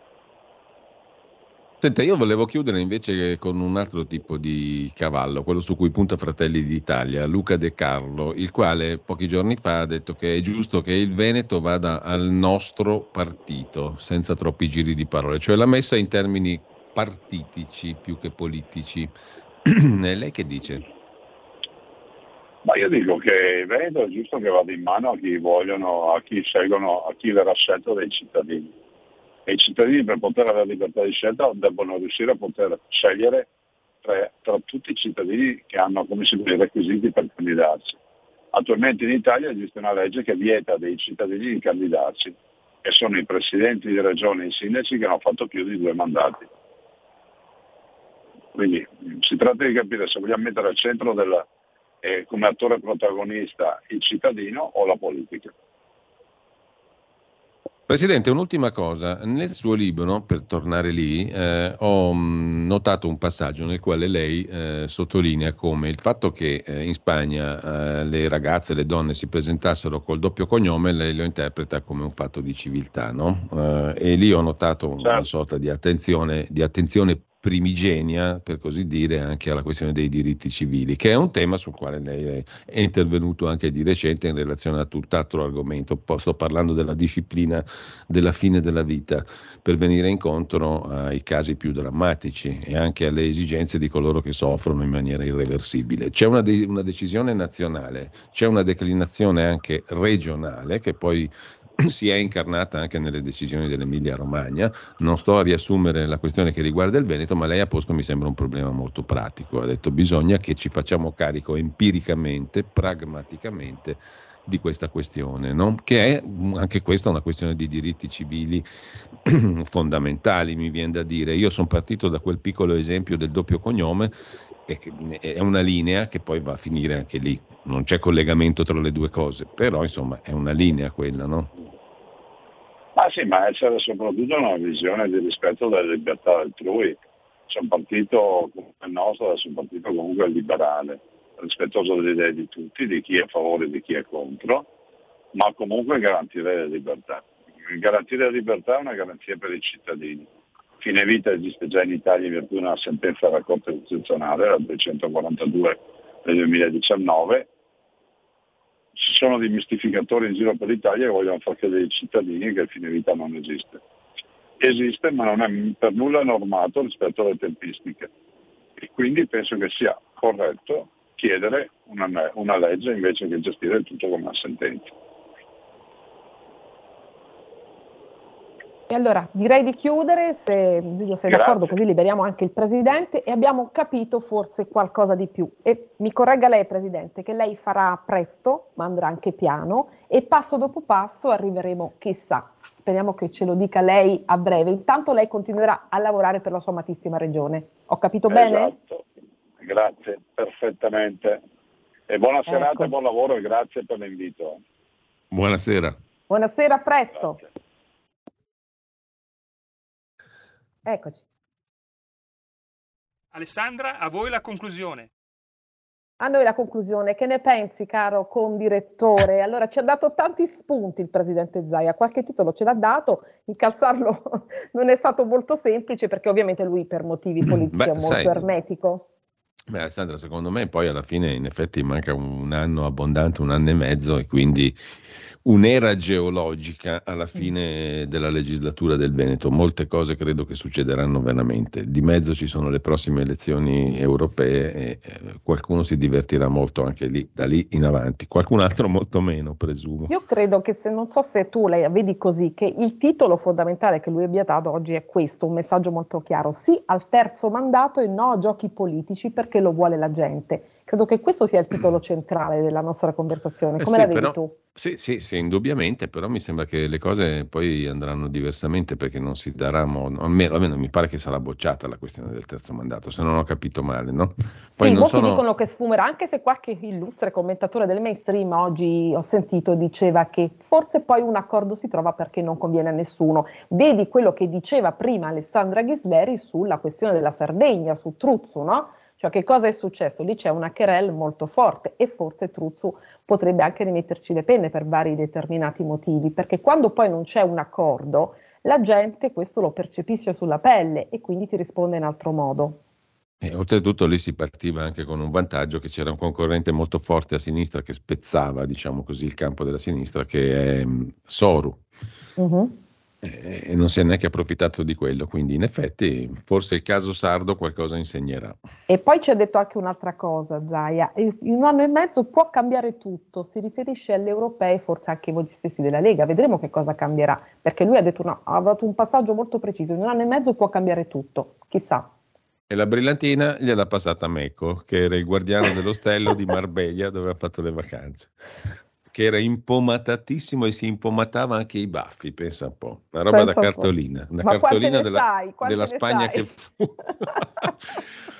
Senta, io volevo chiudere invece con un altro tipo di cavallo, quello su cui punta Fratelli d'Italia, Luca De Carlo, il quale pochi giorni fa ha detto che è giusto che il Veneto vada al nostro partito, senza troppi giri di parole, cioè l'ha messa in termini partitici più che politici. E lei che dice? Ma io dico che il Veneto è giusto che vada in mano a chi vogliono, a chi scelgono, a chi verrà scelto dai cittadini. E i cittadini, per poter avere libertà di scelta, debbono riuscire a poter scegliere tra, tra tutti i cittadini che hanno, come si dice, i requisiti per candidarsi. Attualmente in Italia esiste una legge che vieta dei cittadini di candidarsi, e sono i presidenti di regione e i sindaci che hanno fatto più di due mandati. Quindi si tratta di capire se vogliamo mettere al centro del, eh, come attore protagonista il cittadino o la politica. Presidente, un'ultima cosa. Nel suo libro, per tornare lì, eh, ho mh, notato un passaggio nel quale lei eh, sottolinea come il fatto che eh, in Spagna eh, le ragazze, le donne si presentassero col doppio cognome, lei lo interpreta come un fatto di civiltà, no? Eh, e lì ho notato una sorta di attenzione, di attenzione primigenia, per così dire, anche alla questione dei diritti civili, che è un tema sul quale lei è intervenuto anche di recente in relazione a tutt'altro argomento. Poi sto parlando della disciplina della fine della vita, per venire incontro ai casi più drammatici e anche alle esigenze di coloro che soffrono in maniera irreversibile. C'è una, de- una decisione nazionale, c'è una declinazione anche regionale che poi si è incarnata anche nelle decisioni dell'Emilia Romagna. Non sto a riassumere la questione che riguarda il Veneto, ma lei ha posto, mi sembra, un problema molto pratico. Ha detto bisogna che ci facciamo carico empiricamente, pragmaticamente di questa questione, no? Che è anche questa una questione di diritti civili fondamentali, mi viene da dire. Io sono partito da quel piccolo esempio del doppio cognome, e che è una linea che poi va a finire anche lì, non c'è collegamento tra le due cose, però insomma è una linea quella, no? Ma sì, ma c'era soprattutto una visione di rispetto delle libertà altrui. C'è un partito come il nostro, è un partito comunque liberale, rispettoso delle idee di tutti, di chi è a favore e di chi è contro, ma comunque garantire le libertà. Garantire la libertà è una garanzia per i cittadini. Fine vita esiste già in Italia in virtù di una sentenza della Corte Costituzionale, la duecentoquarantadue del duemiladiciannove. Ci sono dei mistificatori in giro per l'Italia che vogliono far credere ai cittadini che il fine vita non esiste. Esiste, ma non è per nulla normato rispetto alle tempistiche. E quindi penso che sia corretto chiedere una, una legge invece che gestire il tutto come una sentenza. E allora direi di chiudere, se Giulio sei d'accordo, così liberiamo anche il Presidente e abbiamo capito forse qualcosa di più. E mi corregga lei, Presidente, che lei farà presto, ma andrà anche piano, e passo dopo passo arriveremo, chissà, speriamo che ce lo dica lei a breve. Intanto lei continuerà a lavorare per la sua amatissima regione. Ho capito bene? Esatto, grazie, perfettamente. E buona Ecco. serata e buon lavoro e grazie per l'invito. Buonasera. Buonasera, a presto. Grazie. Eccoci. Alessandra, a voi la conclusione. A noi la conclusione, che ne pensi, caro condirettore? Allora, ci ha dato tanti spunti il Presidente Zaia, qualche titolo ce l'ha dato, incalzarlo non è stato molto semplice perché ovviamente lui per motivi politici Beh, è molto sai, ermetico. Beh, Alessandra, secondo me poi alla fine in effetti manca un anno abbondante, un anno e mezzo, e quindi un'era geologica alla fine della legislatura del Veneto. Molte cose credo che succederanno veramente. Di mezzo ci sono le prossime elezioni europee e eh, qualcuno si divertirà molto anche lì, da lì in avanti. Qualcun altro molto meno, presumo. Io credo che, se non so se tu lei vedi così, che il titolo fondamentale che lui abbia dato oggi è questo, un messaggio molto chiaro: sì al terzo mandato e no a giochi politici perché lo vuole la gente. Credo che questo sia il titolo centrale della nostra conversazione. Come Eh sì, la vedi però, tu? Sì, sì, sì, indubbiamente, però mi sembra che le cose poi andranno diversamente perché non si darà modo, almeno, almeno mi pare che sarà bocciata la questione del terzo mandato, se non ho capito male, no? Poi Sì, non molti sono... dicono che sfumerà, anche se qualche illustre commentatore del mainstream oggi ho sentito diceva che forse poi un accordo si trova perché non conviene a nessuno. Vedi quello che diceva prima Alessandra Ghisleri sulla questione della Sardegna, su Truzzu, no? Cioè, che cosa è successo? Lì c'è una querelle molto forte e forse Truzzu potrebbe anche rimetterci le penne per vari determinati motivi, perché quando poi non c'è un accordo, la gente questo lo percepisce sulla pelle e quindi ti risponde in altro modo. E oltretutto lì si partiva anche con un vantaggio, che c'era un concorrente molto forte a sinistra che spezzava, diciamo così, il campo della sinistra, che è um, Soru. Uh-huh. E non si è neanche approfittato di quello, quindi in effetti forse il caso sardo qualcosa insegnerà. E poi ci ha detto anche un'altra cosa, Zaia: in un anno e mezzo può cambiare tutto, si riferisce alle europee, forse anche voi stessi della Lega, vedremo che cosa cambierà, perché lui ha detto una, ha dato un passaggio molto preciso: in un anno e mezzo può cambiare tutto, chissà. E la brillantina gliel'ha passata Mecco, che era il guardiano dell'ostello di Marbella dove ha fatto le vacanze, che era impomatatissimo e si impomatava anche i baffi, pensa un po', una roba pensa da cartolina, una Ma cartolina della, sai, della Spagna sai? che fu.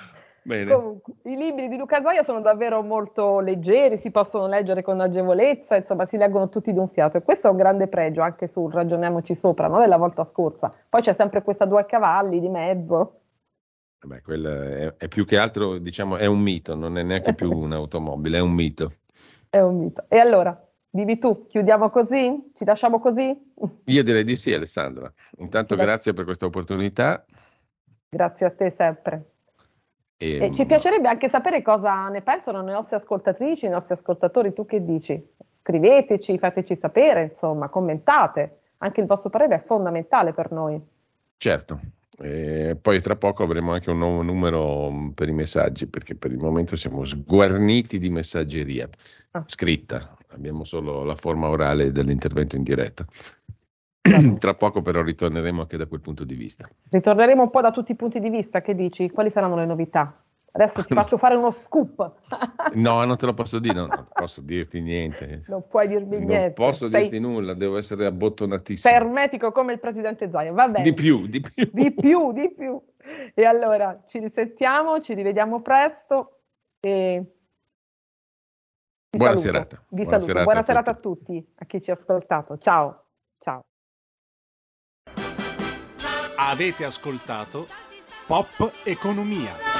Bene. Comunque, i libri di Luca Zaia sono davvero molto leggeri, si possono leggere con agevolezza, insomma si leggono tutti di un fiato e questo è un grande pregio anche sul Ragioniamoci sopra, no? Della volta scorsa. Poi c'è sempre questa due cavalli di mezzo. Beh, quella è, è più che altro, diciamo, è un mito, non è neanche più un'automobile, è un mito. È un mito. E allora, vivi tu, chiudiamo così? Ci lasciamo così? Io direi di sì, Alessandra. Intanto Ci grazie per questa opportunità. Grazie a te sempre. E, E ci piacerebbe anche sapere cosa ne pensano le nostre ascoltatrici, i nostri ascoltatori. Tu che dici? Scriveteci, fateci sapere, insomma, commentate. Anche il vostro parere è fondamentale per noi. Certo. E poi tra poco avremo anche un nuovo numero per i messaggi, perché per il momento siamo sguarniti di messaggeria Ah. scritta. Abbiamo solo la forma orale dell'intervento in diretta. Tra poco però ritorneremo anche da quel punto di vista. Ritorneremo un po' da tutti i punti di vista. Che dici? Quali saranno le novità? Adesso ti faccio fare uno scoop. No, non te lo posso dire, no, non posso dirti niente. Non puoi dirmi Non niente. posso Sei dirti nulla, devo essere abbottonatissimo. ermetico come il presidente Zaia. Va bene. Di più, di più. Di più, di più. E allora ci risentiamo, ci rivediamo presto e vi Buona saluto. serata. Vi Buona saluto. serata Buona a serata a tutti, a chi ci ha ascoltato. Ciao. Ciao. Avete ascoltato Pop Economia.